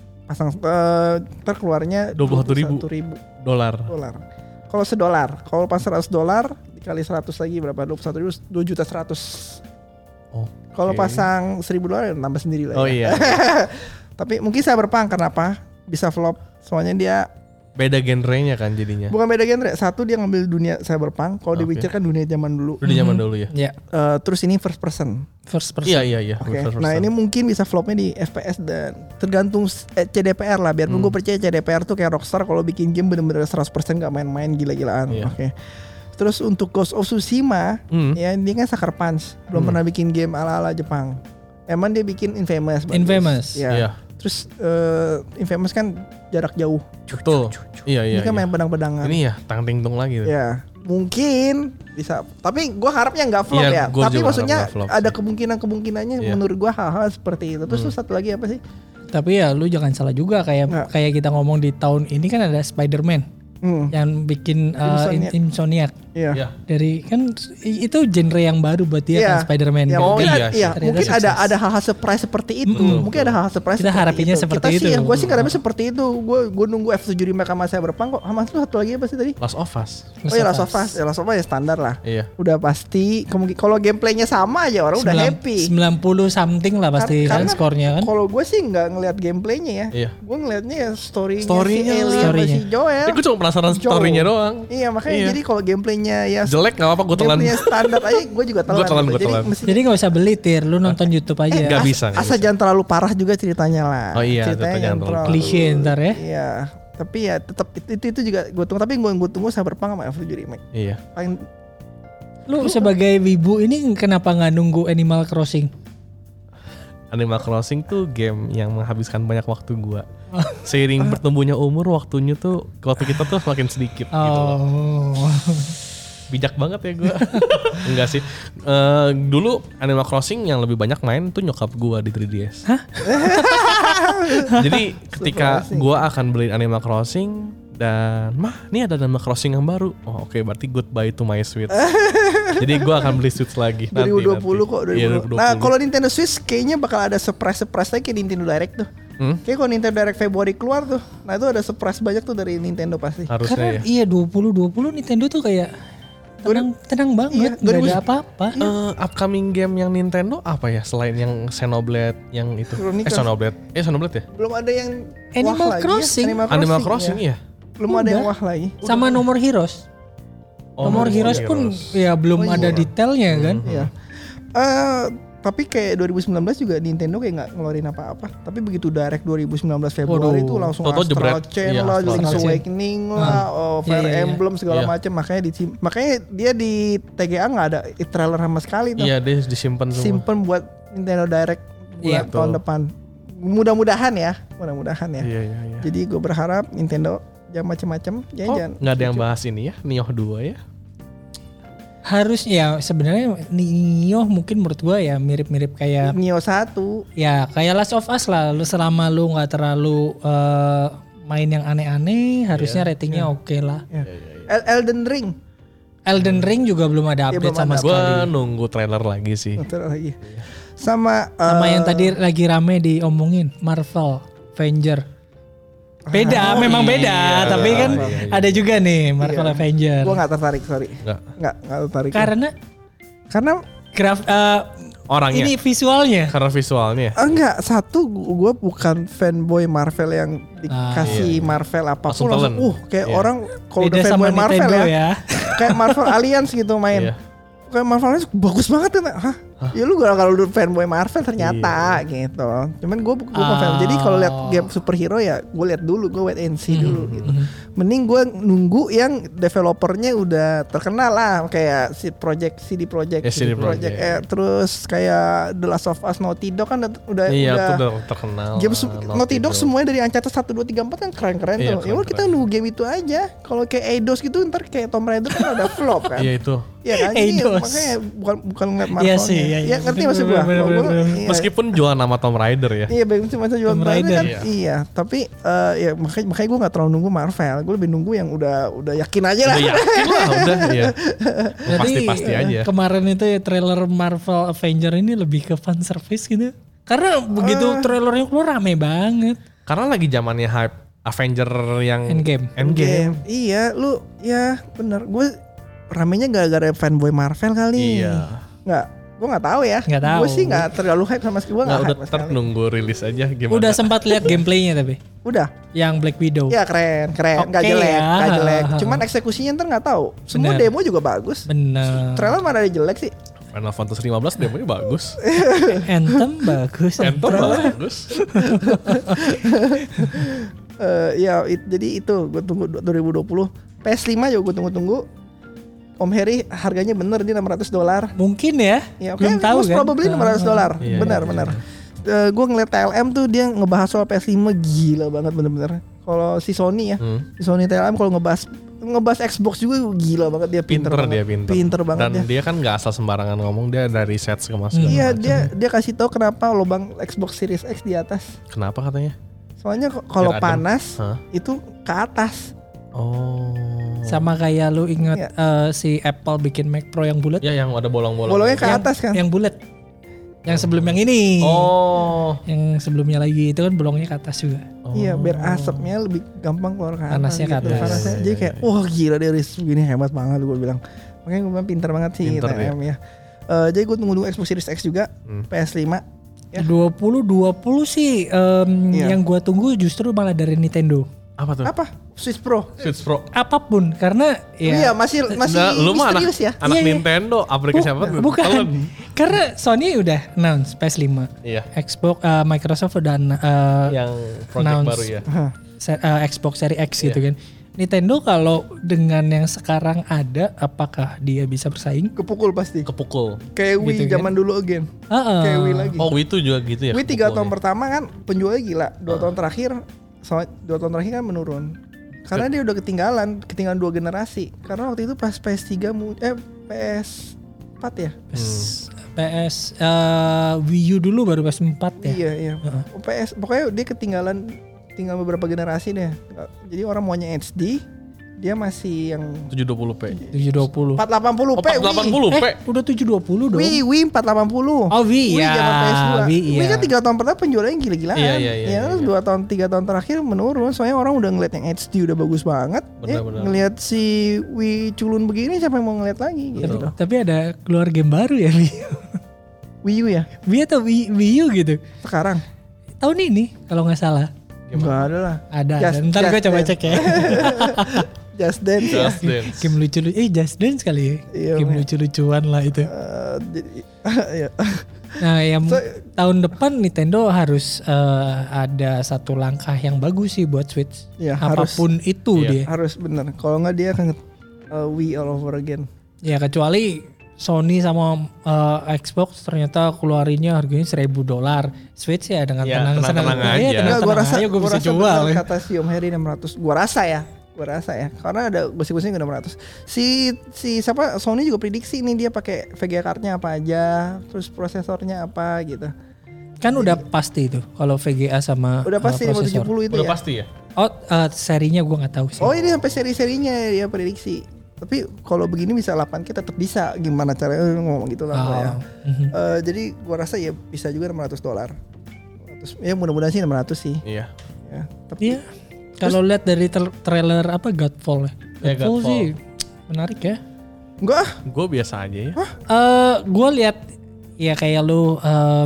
terkeluarnya 21.000 dolar. $21. Kalau $1, kalau pas $100 dikali 100 lagi berapa? 21.000, 2.100.000. Oh. Kalau pasang $1.000 nambah sendiri lah. Oh ya. iya. Tapi mungkin Cyberpunk kenapa bisa flop? Soalnya dia Beda genrenya kan jadinya. bukan beda genre. Satu dia ngambil dunia Cyberpunk. Kalau di Oke. Witcher kan dunia zaman dulu. Udah zaman dulu ya. Ya, Terus ini first person. first person. Iya. Oke. Nah ini mungkin bisa flopnya di FPS dan tergantung CDPR lah. Biarpun gue percaya CDPR tuh kayak Rockstar kalau bikin game bener-bener 100% gak main-main gila-gilaan. Iya. Oke. Terus untuk Ghost of Tsushima, ya dia kan Sucker Punch. Belum pernah bikin game ala-ala Jepang. Emang dia bikin Infamous. bagus. Infamous. Ya. Iya. Terus Infamous kan jarak jauh. Betul. Iya. Ini kan main pedang-pedangan. Ini ya tang ting tung lagi. Ya, mungkin bisa. Tapi gue harapnya nggak flop Iya, ya. gua Tapi juga maksudnya harap nggak flop ada sih. kemungkinan-kemungkinannya Iya. menurut gue hal-hal seperti itu. Terus satu lagi apa sih? Tapi ya lu jangan salah juga Nggak. kayak kita ngomong di tahun ini kan ada Spider-Man yang bikin Insomniac. Iya. Iya. Dari kan itu genre yang baru buat dia Iya. kan Spider-Man. Ya, kan. mungkin iya ada, sih. ya, Ternyata mungkin sukses. ada hal-hal surprise seperti itu. Mungkin ada hal-hal surprise. Kita seperti harapinnya itu. seperti Kita itu. sih, gue sih ngarepnya seperti itu. Gue nunggu F7 remake sama Cyberpunk kok. Sama itu satu lagi apa sih tadi? Last of Us. Oh ya Last of Us. Ya Last of Us ya standar lah. Iya. Udah pasti. Kalau gameplaynya sama aja orang udah happy. 90 something lah pasti kan Karena skornya kan. Kalau gue sih nggak ngelihat gameplaynya ya. Iya. Gue ngelihatnya ya story-nya Story-nya. si Ellie sama Story-nya. si Joel. Gue cuma penasaran Joel. story-nya doang. Iya makanya Iya. jadi kalau gameplaynya ya Jelek nggak apa-apa gue telan. gameplaynya standar aja gue juga telan. Gua telan, gitu. gua telan. mesti- Jadi nggak usah beli Tir, lu nonton YouTube aja. Nggak bisa. asal jangan terlalu parah juga ceritanya lah. Oh iya, ceritanya jangan terlalu Klise ntar ya. Iya. Tapi ya tetap itu juga gue tunggu. Tapi gue tunggu Cyberpunk sama F7 remake. Iya. Paling Lu sebagai wibu ini kenapa nggak nunggu Animal Crossing? Animal Crossing tuh game yang menghabiskan banyak waktu gua. Seiring bertumbuhnya umur, waktu kita tuh semakin sedikit gitu loh. Oh. bijak banget ya gue. Enggak sih. Dulu Animal Crossing yang lebih banyak main tuh nyokap gue di 3DS. Hah? Jadi ketika gue akan beli Animal Crossing dan ini ada Animal Crossing yang baru. Oh oke, berarti goodbye to my Switch. Jadi gue akan beli Switch lagi 2020 kok 2020. Iya, 2020. Nah kalau Nintendo Switch kayaknya bakal ada surprise lagi kayak Nintendo Direct tuh. Kayak kalau Nintendo Direct Februari keluar tuh, nah itu ada surprise banyak tuh dari Nintendo pasti. Harusnya karena iya 2020 Nintendo tuh kayak tenang banget, nggak ada apa-apa. Upcoming game yang Nintendo apa ya selain yang Xenoblade yang itu? Xenoblade ya? Belum ada yang Animal Crossing. Animal Crossing ya. Belum ada yang wah lagi. Sama No More Heroes. No More Heroes pun ya belum ada detailnya kan. Iya. Tapi kayak 2019 juga Nintendo kayak nggak ngeluarin apa-apa. Tapi begitu Direct 2019 Februari itu langsung Astral Chain lah, Link's Awakening lah, Fire Emblem segala macam. Makanya dia di TGA nggak ada trailer sama sekali tuh. Iya, dia disimpan semua. Simpen buat Nintendo Direct buat tahun depan. Mudah-mudahan ya. Iya. Jadi gue berharap Nintendo jangan macam-macam. Jangan. Nggak ada yang bahas ini ya, Nioh 2 ya. Harusnya ya sebenarnya Nioh mungkin menurut gua ya mirip-mirip kayak Nioh 1. Ya kayak Last of Us lah. Lu selama lu nggak terlalu main yang aneh-aneh, harusnya ratingnya oke lah. Elden Ring juga belum ada update sama sekali. Gua nunggu trailer lagi sih. Sama yang tadi lagi rame diomongin Marvel Avenger. Beda, memang beda, tapi kan ada juga nih Marvel Avenger. Gue nggak tertarik, sorry. Nggak tertarik. Karena orangnya. Ini visualnya. Karena visualnya. Enggak, satu gue bukan fanboy Marvel yang dikasih Marvel apapun langsung kayak orang kalau udah fanboy Marvel ya. Kayak Marvel Alliance gitu main. Kayak Marvel Alliance bagus banget kan. Hah? Ya lu kalau udah fanboy Marvel ternyata gitu. Cuman gue fan. Jadi kalau lihat game superhero ya gue lihat dulu, gue wait and see dulu gitu. Mending gue nunggu yang developernya udah terkenal lah, kayak CD Projekt. Terus kayak The Last of Us, Naughty Dog kan udah terkenal. Game Naughty Dog semuanya dari Uncharted 1 2 3 4 kan keren-keren tuh. Ya udah kita nunggu game itu aja. Kalau kayak Eidos gitu ntar kayak Tomb Raider kan ada flop kan. Iya itu. Iya kan? Makanya bukan ngeliat Marvelnya. Ya ngerti maksud gue. Meskipun jual nama Tomb Raider ya. Iya, cuma jual Tomb Raider kan. Iya, tapi ya makanya gue nggak terlalu nunggu Marvel. Gue lebih nunggu yang udah yakin aja lah. Udah yakin lah, ya. Pasti aja. Kemarin itu ya trailer Marvel Avenger ini lebih ke fan service gitu. Karena begitu trailernya keluar rame banget. Karena lagi zamannya hype Avenger yang Endgame. Iya, lu ya bener. Gue ramenya gara-gara fanboy Marvel kali. Iya. Gue nggak tahu ya. Gue sih nggak terlalu hype sama sekali. Gue nggak hype. Udah nunggu rilis aja gimana. Udah sempat lihat gameplaynya tapi. Udah. Yang Black Widow. Ya keren. Nggak jelek. Cuman eksekusinya ntar nggak tahu. Semua demo juga bagus. Bener. Trailer mana ada jelek sih. Final Fantasy 15 demonya bagus. Anthem bagus. Jadi itu gue tunggu 2020. PS5 juga gue tunggu. Om Harry harganya bener dia $600. Mungkin ya. Belum tahu kan. Probably $600. Benar. Gue ngeliat TLM tuh dia ngebahas soal PS5 gila banget bener-bener. Kalau si Sony ya, si Sony TLM kalau ngebahas Xbox juga gila banget dia pinter banget. Dan dia kan nggak asal sembarangan ngomong, dia ada riset segala macam. Iya, dia kasih tahu kenapa lubang Xbox Series X di atas. Kenapa katanya? Soalnya kalau panas itu ke atas. Oh. Sama kayak lu ingat si Apple bikin Mac Pro yang bulat? Ya, yang ada bolong-bolong. Bolongnya ke atas kan? Yang bulat. Yang sebelum yang ini. Oh. Yang sebelumnya lagi itu kan bolongnya ke atas juga. Iya, biar asapnya lebih gampang keluar ke atas. Panasnya ke atas. Panasnya. Jadi kayak wah gila dia begini hebat banget gue bilang. Makanya gue bilang pintar banget sih TLM ya. Jadi gue tunggu Xbox Series X juga, PS5. Ya. 2020 sih yang gue tunggu justru malah dari Nintendo. Apa tuh? Switch Pro. Apapun karena ya. Iya masih lu mah misterius ya. Anak Nintendo, aplikasi apa tuh? Bukan. Karena Sony udah announce PS5. Iya. Xbox Microsoft udah yang project baru ya. Xbox Series X gitu kan. Nintendo kalau dengan yang sekarang ada, apakah dia bisa bersaing? Kepukul pasti. Kayak Wii gitu zaman dulu again. Kayak Wii lagi. Oh Wii itu juga gitu ya? Wii 3 tahun pertama kan penjualnya gila. 2 tahun terakhir kan menurun. Karena dia udah ketinggalan 2 generasi. Karena waktu itu pas PS3 PS4 ya. PS Wii U dulu baru PS4 ya. Iya. PS pokoknya dia tinggal beberapa generasi deh. Jadi orang maunya HD, dia masih yang 720p. 720. 480p. 480p. Udah 720 dong. Wii 480. Oh Wii ya. Zaman PS2. Wii kan 3 tahun pertama penjualannya gila-gilaan. Iya. Terus 3 tahun terakhir menurun. Soalnya orang udah ngeliat yang HD udah bagus banget. Benar. Ngeliat si Wii culun begini siapa yang mau ngeliat lagi gitu. Tapi ada keluar game baru ya Wii. Wii U ya? Wii atau Wii U gitu. Sekarang? Tahun ini kalau nggak salah. Enggak ada lah. Ada. Ntar gue coba cek ya. Just Dance. Game lucu-lucu. Just Dance kali ya. Iya, game lucu-lucuan lah itu. Iya. Nah yang tahun depan Nintendo harus ada satu langkah yang bagus sih buat Switch. Ya, apapun itu dia. Harus bener. Kalau nggak dia akan Wii all over again. Ya kecuali Sony sama Xbox ternyata keluarinnya harganya $1,000. Switch ya dengan tenang-tenang aja. Enggak, gua rasa gue bisa jual. Kata si Om Heri 600. Gua rasa ya. Karena ada gosip-gosipnya 600. Si siapa Sony juga prediksi nih dia pakai VGA card-nya apa aja, terus prosesornya apa gitu. Kan udah pasti itu kalau VGA sama udah pasti prosesor. 570 itu udah ya. pasti ya. Oh serinya gue nggak tahu sih. Oh ini sampai seri-serinya dia prediksi. Tapi kalau begini bisa 8K tetap bisa. Gimana caranya ngomong gitu lah ya. Jadi gua rasa ya bisa juga $600. Ya mudah-mudahan sih 600 sih. Iya. Ya, tapi kalau lihat dari trailer apa Godfall ya. Godfall sih menarik ya. Enggak. Gue biasa aja ya. Gue lihat ya kayak lu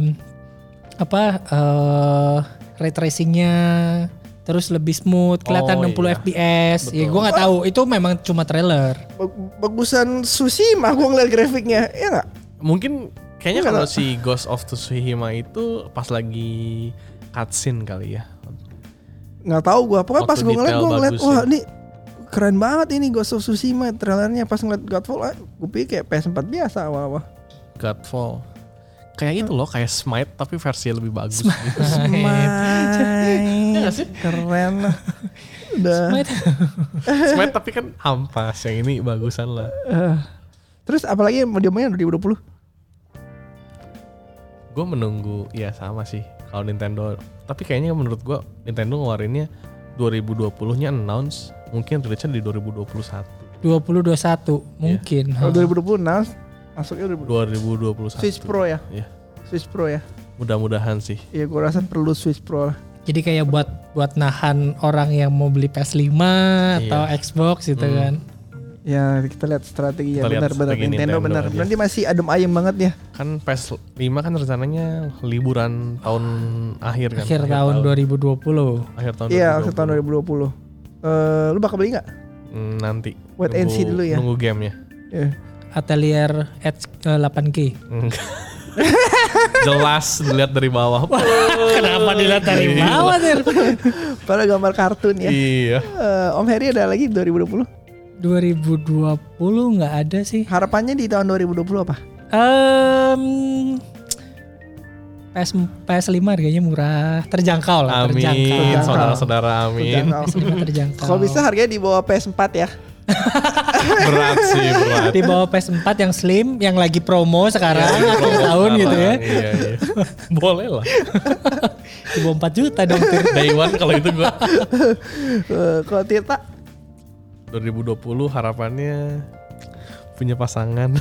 ray tracingnya terus lebih smooth, kelihatan 60 fps. Betul. Ya gue nggak tahu, itu memang cuma trailer. Bagusan Tsushima gue ngeliat grafiknya, ya nggak? Mungkin kayaknya kalau si Ghost of Tsushima itu pas lagi cutscene kali ya. Nggak tahu gue, pokoknya pas gue ngeliat wah ini keren banget ini Ghost of Tsushima trailernya. Pas ngeliat Godfall, gue pikir kayak PS4 biasa awal-awal. Godfall. Kayak itu loh, kayak Smite tapi versi lebih bagus. Smite, keren lah. Udah. Smite tapi kan ampas, yang ini bagusan lah. Terus apalagi mau diomongin 2020? Gue menunggu, ya sama sih kalau Nintendo. Tapi kayaknya menurut gue Nintendo ngeluarinnya 2020-nya announce, mungkin rilisnya di 2021. 2021 mungkin. Kalau 2020 announce masuknya 2021. Switch Pro ya? Iya. Switch Pro ya? Mudah-mudahan sih. Iya gue rasa perlu Switch Pro lah. Jadi kayak buat nahan orang yang mau beli PS5 atau Xbox gitu kan. Ya kita lihat strategi ya, benar-benar Nintendo benar. Nanti masih adem ayem banget ya. Kan PS5 kan rencananya liburan tahun akhir kan. Akhir tahun 2020. Akhir tahun 2020. Iya, akhir tahun 2020. Lu bakal beli nggak? Nanti. Wait and see dulu ya. Nunggu gamenya. Atelier Edge 8K. Jelas dilihat dari bawah. Kenapa dilihat dari bawah? Pada gambar kartun ya. Iya. Om Heri ada lagi 2020? 2020 nggak ada sih. Harapannya di tahun 2020 apa? PS5 harganya murah, terjangkau lah. Amin, saudara-saudara amin. Terjangkau. Kalau bisa harganya di bawah PS4 ya. Berat. Di bawah PS4 yang slim, yang lagi promo sekarang akhir tahun gitu ya. Iya. Boleh lah. Di bawah 4 juta dong. Day one kalau itu gua. Kalau Tirta 2020 harapannya punya pasangan.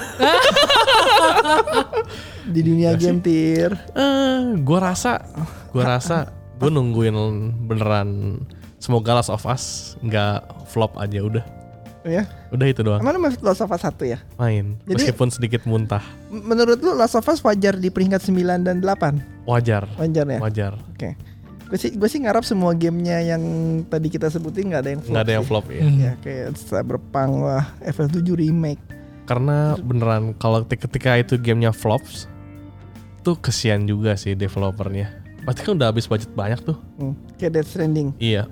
Di dunia game Tir. Gua rasa gue nungguin beneran semoga Last of Us nggak flop aja udah. Ya. Udah itu doang. Emang masih Last of Us 1 ya? Main. Jadi, meskipun sedikit muntah. Menurut lu Last of Us wajar di peringkat 9 dan 8? Wajar ya? Wajar. Oke. Gue sih ngarap semua gamenya yang tadi kita sebutin nggak ada yang flop. Nggak ada yang flop ya. Ya kayak Cyberpunk lah, FF7 remake. Karena beneran kalau ketika itu gamenya flops, tuh kesian juga sih developernya. Pasti kan udah habis budget banyak tuh. Kayak Death Stranding. Iya.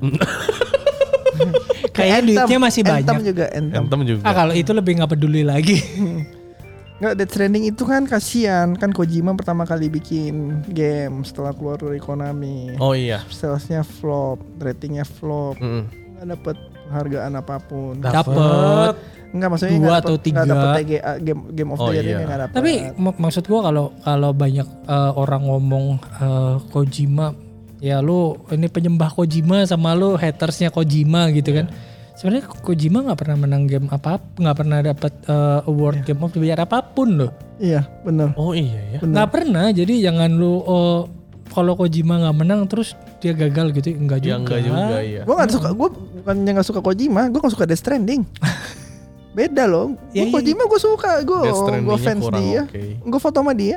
Kayak duitnya masih banyak. Anthem juga. Kalau itu lebih nggak peduli lagi. Nggak, Death Stranding itu kan kasihan. Kan Kojima pertama kali bikin game setelah keluar dari Konami. Oh iya. Salesnya flop, ratingnya flop. Nggak dapet penghargaan apapun. Dapet. Enggak, maksudnya 2 atau 3. Enggak dapet game of the year ini enggak dapet. Tapi maksud gua kalau banyak orang ngomong Kojima, ya lu ini penyembah Kojima sama lu hatersnya Kojima gitu kan. Sebenarnya Kojima nggak pernah menang game nggak pernah dapat award game of the year apapun loh. Iya benar. Oh iya ya. Nggak pernah, jadi jangan lu kalau Kojima nggak menang terus dia gagal gitu, enggak juga. Enggak juga iya. Gue nggak suka, gue bukannya nggak suka Kojima, gue nggak suka Death Stranding. Beda loh. Ya, Gue Kojima gue suka, gue fans dia. Gue foto sama dia.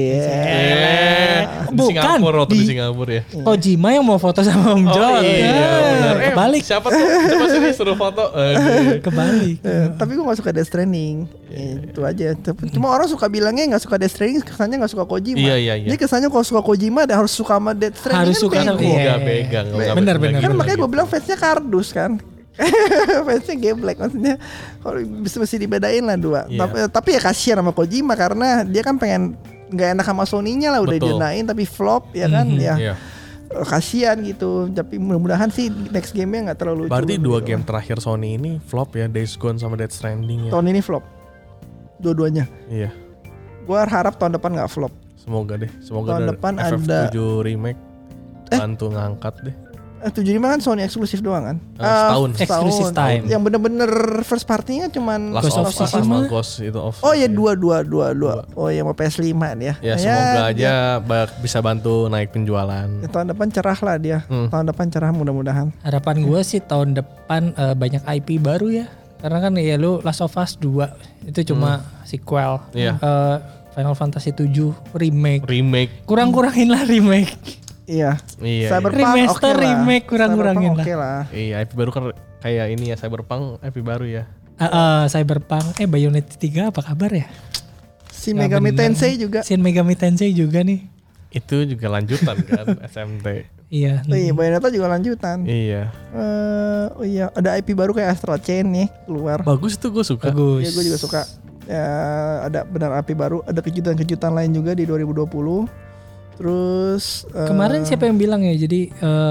Di Singapura waktu di Singapura ya. Kojima yang mau foto sama Om John. Kebalik. Siapa tuh? Coba sini suruh foto. Kebalik. Tapi gue gak suka Death Stranding. Itu aja. Cuma orang suka bilangnya gak suka Death Stranding, kesannya gak suka Kojima. Iya. Jadi kesannya kalau suka Kojima harus suka sama Death Stranding. Harus suka sama Gak pegang. Bener. Kan makanya gue bilang fansnya kardus kan. Fansnya Gameblek, maksudnya kalau mesti dibedain lah dua. Tapi ya kasihan sama Kojima karena dia kan pengen nggak enak sama Sony-nya lah, udah dienain tapi flop ya kan. Kasihan gitu. Tapi mudah-mudahan sih next game-nya nggak terlalu lucu. Berarti 2 game terakhir Sony ini flop ya, Days Gone sama Death Stranding ya. Tahun ini flop dua-duanya. Iya. Gue harap tahun depan nggak flop. Semoga deh. Semoga tahun depan ada FF7 remake bantu ngangkat deh. 75 kan Sony eksklusif doang kan? Setahun. Exclusive time. Yang bener-bener first party-nya cuman Last of Us sama Ghost itu off. Oh ya dua. Oh ya mau PS5 ya. Ya semoga aja bisa bantu naik penjualan. Tahun depan cerah lah dia. Tahun depan cerah mudah-mudahan. Harapan gue sih tahun depan banyak IP baru ya. Karena kan ya lu Last of Us 2 itu cuma sequel. Iya. Final Fantasy 7 remake. Kurang-kurangin lah remake. Iya. Cyberpunk remaster okay remake kurang-kurangin lah. Okay lah. Iya, IP baru kan kayak ini ya, Cyberpunk IP baru ya. Cyberpunk Bayonetta 3 apa kabar ya? Shin Megami Tensei juga nih. Itu juga lanjutan kan SMT. Iya. Bayonetta juga lanjutan. Iya. Ada IP baru kayak Astral Chain nih keluar. Bagus tuh, gue suka. Iya, gue juga suka. Ya, ada benar IP baru, ada kejutan-kejutan lain juga di 2020. Terus kemarin siapa yang bilang ya, jadi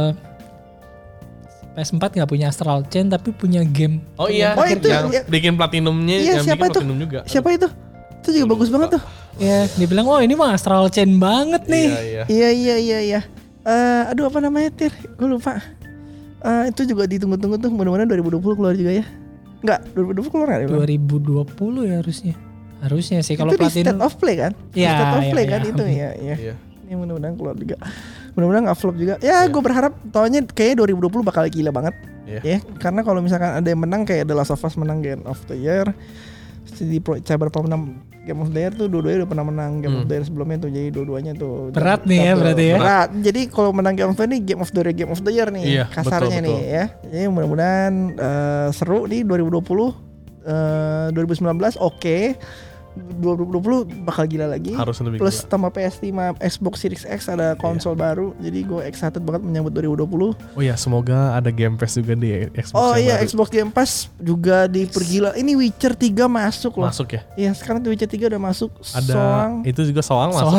PS4 gak punya Astral Chain tapi punya game. Oh iya, itu yang bikin platinumnya. Iya, yang siapa bikin itu? Platinum juga. Siapa itu? Itu juga bagus banget tuh. Ya, dibilang ini mah Astral Chain banget nih. Iya. Aduh apa namanya Tir? Gue lupa. Itu juga ditunggu-tunggu tuh, mudah-mudahan 2020 keluar juga ya. Enggak, 2020 keluar enggak? 2020 ya harusnya. Harusnya sih kalau Platinum. Itu State of Play kan? Iya. State of Play kan itu ya. Ini mudah-mudahan keluar juga. Mudah-mudahan gak flop juga. Ya gue berharap tahunnya kayaknya 2020 bakal gila banget. Ya, karena kalau misalkan ada yang menang kayak The Last of Us menang Game of the Year, di Cyberpunk menang Game of the Year tuh dua-duanya udah pernah menang Game of the Year sebelumnya tuh. Jadi dua-duanya tuh berat nih ya berarti ya. Berat. Jadi kalau menang Game of the Year nih Game of the Year nih kasarnya betul. Nih ya. Jadi mudah-mudahan seru nih 2020. 2019 oke. 2020 bakal gila lagi. Harus lebih plus gila. tambah PS5, Xbox Series X ada konsol baru. Jadi gue excited banget menyambut 2020. Oh ya, semoga ada Game Pass juga di Xbox. Oh iya, baru. Xbox Game Pass juga dipergila. Ini Witcher 3 masuk loh. Masuk ya? Iya, sekarang Witcher 3 udah masuk. Ada Soang. Itu juga Soang masuk.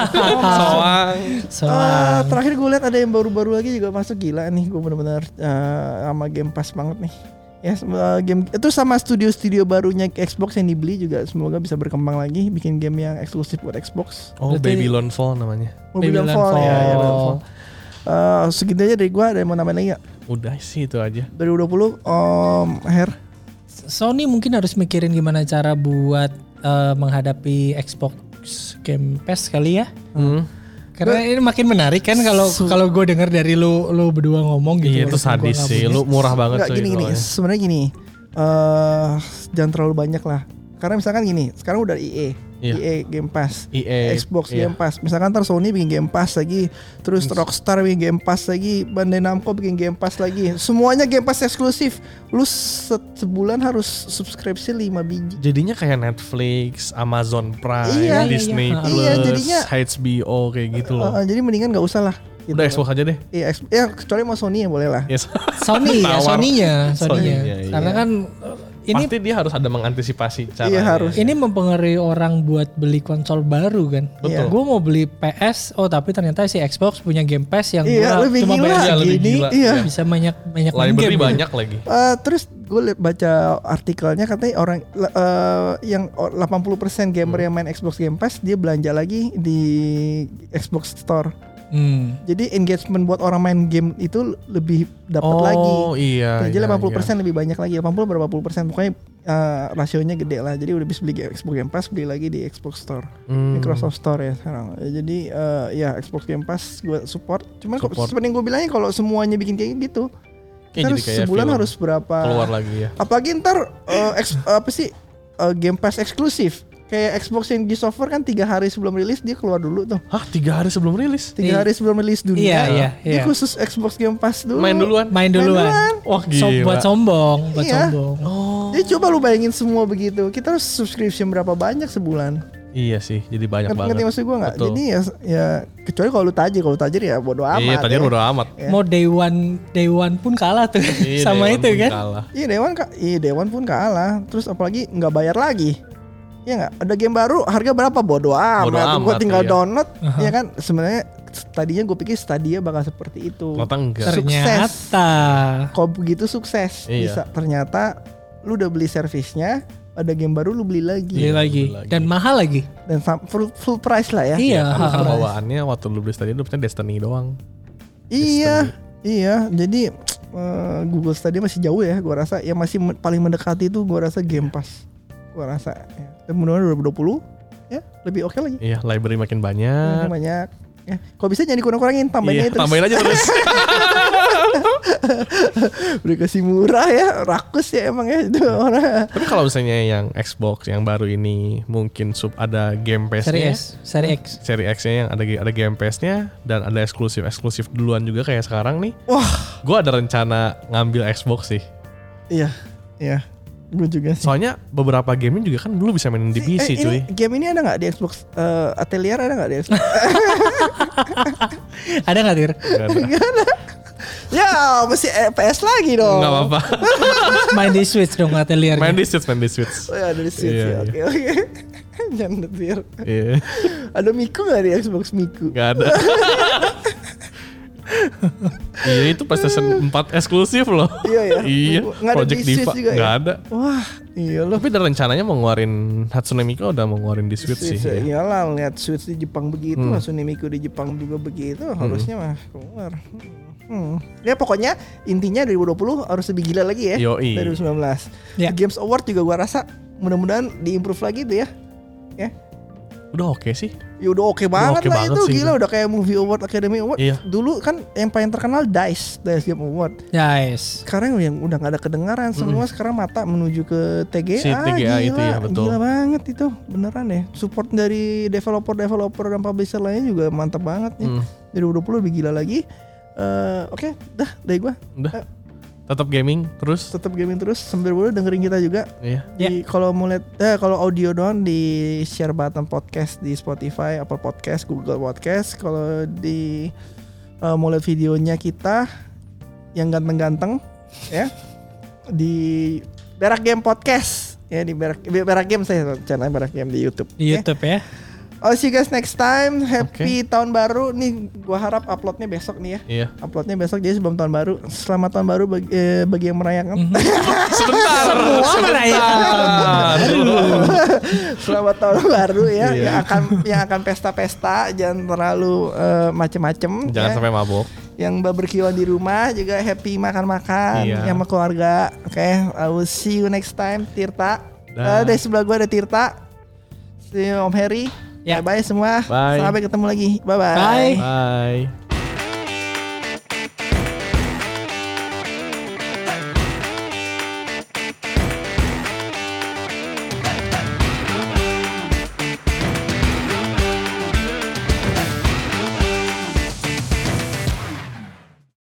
Soang. Terakhir gue lihat ada yang baru-baru lagi juga masuk. Gila nih, gue benar-benar sama Game Pass banget nih. Ya, game itu sama studio-studio barunya Xbox yang dibeli juga semoga bisa berkembang lagi bikin game yang eksklusif buat Xbox. Oh, Babylon Fall namanya. Babylon Fall. Ya. Segitu aja dari gua, ada yang mau nambahin lagi gak? Udah sih itu aja. 2020 Her. Sony mungkin harus mikirin gimana cara buat menghadapi Xbox Game Pass kali ya. Karena ini makin menarik kan kalau gue dengar dari lu berdua ngomong gitu. Iya, itu sadis sih. Lu murah banget sih. Gini. Sebenarnya gini. Jangan terlalu banyak lah. Karena misalkan gini, sekarang udah EA Game Pass, Xbox Game Pass. Misalkan ntar Sony bikin Game Pass lagi, terus Rockstar bikin Game Pass lagi, Bandai Namco bikin Game Pass lagi. Semuanya Game Pass eksklusif. Lu sebulan harus subskripsi 5 biji. Jadinya kayak Netflix, Amazon Prime, Disney Plus, HBO kayak gitu loh. Jadi mendingan gak usah lah. Gitu. Udah Xbox aja deh. Iya, kecuali mau Sony ya boleh lah. Yes. Sony-nya. Iya. Karena kan pasti dia harus ada mengantisipasi caranya. Iya harus. Ini mempengaruhi orang buat beli konsol baru kan. Betul. Gue mau beli PS, tapi ternyata si Xbox punya Game Pass yang lebih cuma gila. bayar segini, bisa banyak library game. banyak lagi. Terus gue baca artikelnya katanya orang yang 80% gamer yang main Xbox Game Pass dia belanja lagi di Xbox Store. Jadi engagement buat orang main game itu lebih dapat lagi. Oh iya. Jadi 80% lebih banyak lagi. 80 berapa puluh persen pokoknya rasionya gede lah. Jadi udah bisa beli Xbox Game Pass, beli lagi di Xbox Store. Microsoft Store ya sekarang. Jadi ya Xbox Game Pass gue support. Cuman seperti yang gue bilangnya kalau semuanya bikin kayak gitu, kita harus sebulan harus berapa keluar lagi ya. Apalagi ntar Game Pass eksklusif. Kayak Xbox yang di software kan 3 hari sebelum rilis dia keluar dulu tuh. Hah 3 hari sebelum rilis? 3 hari sebelum rilis dunia. Iya. Dia khusus Xbox Game Pass dulu. Main duluan. Wah gila. Buat sombong. Jadi coba lu bayangin semua begitu. Kita harus subscription berapa banyak sebulan? Iya sih, jadi banyak banget. Ngerti maksud gue nggak? Jadi ya kecuali kalau lu tajir ya bodo amat. Iya tajir bodo amat. Ya. Mau day one pun kalah tuh sama itu kan? Iya Day One pun kalah. Terus apalagi nggak bayar lagi. Ya nggak, ada game baru harga berapa bodo amat. Gue tinggal download, ya kan. Sebenarnya tadinya gue pikir Stadia bakal seperti itu. Ternyata kalau begitu sukses. Bisa ternyata lu udah beli servisnya, ada game baru lu beli lagi. Dan mahal lagi. Dan full price lah ya. Iya. Karena bawaannya waktu lu beli Stadia lu punya Destiny doang. Iya. Jadi Google Stadia masih jauh ya. Gue rasa yang masih paling mendekati itu gue rasa Game Pass. Gue rasa ya. Dan mudah-mudahan 2020 ya lebih oke lagi. Iya, library makin banyak. Ya, kalau bisa jangan dikurang-kurangin, tambahin terus. Tambahin aja terus. Udah kasih murah ya, rakus ya emang ya itu orang. Tapi kalau misalnya yang Xbox yang baru ini mungkin ada Game Pass-nya. Seri X-nya yang ada Game Pass-nya dan ada eksklusif duluan juga kayak sekarang nih. Wah, gue ada rencana ngambil Xbox sih. Iya. Gue juga sih. Soalnya beberapa game juga kan dulu bisa mainin di PC cuy. Game ini ada gak di Xbox Atelier, ada gak di Xbox? Ada gak Tir? Gak ada. Ya mesti PS lagi dong. Gak apa-apa. Main di Switch dong Atelier. Main di Switch. Oh ya ada di Switch ya. Oke. Jangan Atelier. Iya. Ada Miku gak di Xbox Miku? Gak ada. Iya itu PlayStation 4 eksklusif loh. Iya. Project Diva nggak ada. Wah, iya loh. Tapi ada rencananya mau ngeluarin Hatsune Miku udah mau ngeluarin di Switch sih. Iyalah, lihat Switch di Jepang begitu, Hatsune Miku di Jepang juga begitu, harusnya mah keluar. Ya pokoknya intinya 2020 harus lebih gila lagi ya. Dari 2019. Ya. Games Award juga gua rasa mudah-mudahan diimprove lagi tuh ya. Ya. Udah oke sih. Ya udah oke banget lah itu sih, gila udah kayak Movie Award, Academy Award. Iya. Dulu kan yang paling terkenal DICE Game Award. Sekarang yang udah gak ada kedengaran semua sekarang mata menuju ke TGA. Si TGA gila, itu ya betul. Gila banget itu beneran ya. Support dari developer dan publisher lainnya juga mantap banget nih. 2020 lebih gila lagi. Oke, dah dari gua. Udah. Tetap gaming terus sambil dulu dengerin kita juga. Iya. Kalau mau lihat kalau audio doang di share button podcast di Spotify, Apple Podcast, Google Podcast. Kalau di mau lihat videonya kita yang ganteng-ganteng ya di Berak Game Podcast ya di Berak Game saya channel Berak Game di YouTube. YouTube ya. I'll see you guys next time. Happy tahun baru. Nih gua harap uploadnya besok nih ya. Iya. Uploadnya besok jadi sebelum tahun baru. Selamat tahun baru bagi yang merayakan. Sebentar. Selamat tahun baru ya. Yang akan pesta-pesta jangan terlalu macem-macem. Jangan sampai mabok. Yang barbekyuan di rumah juga happy makan-makan sama keluarga. Oke, I will see you next time. Tirta. Dari sebelah gua ada Tirta. See you Om Heri. Bye-bye semua. Bye. Sampai ketemu lagi. Bye-bye. Bye.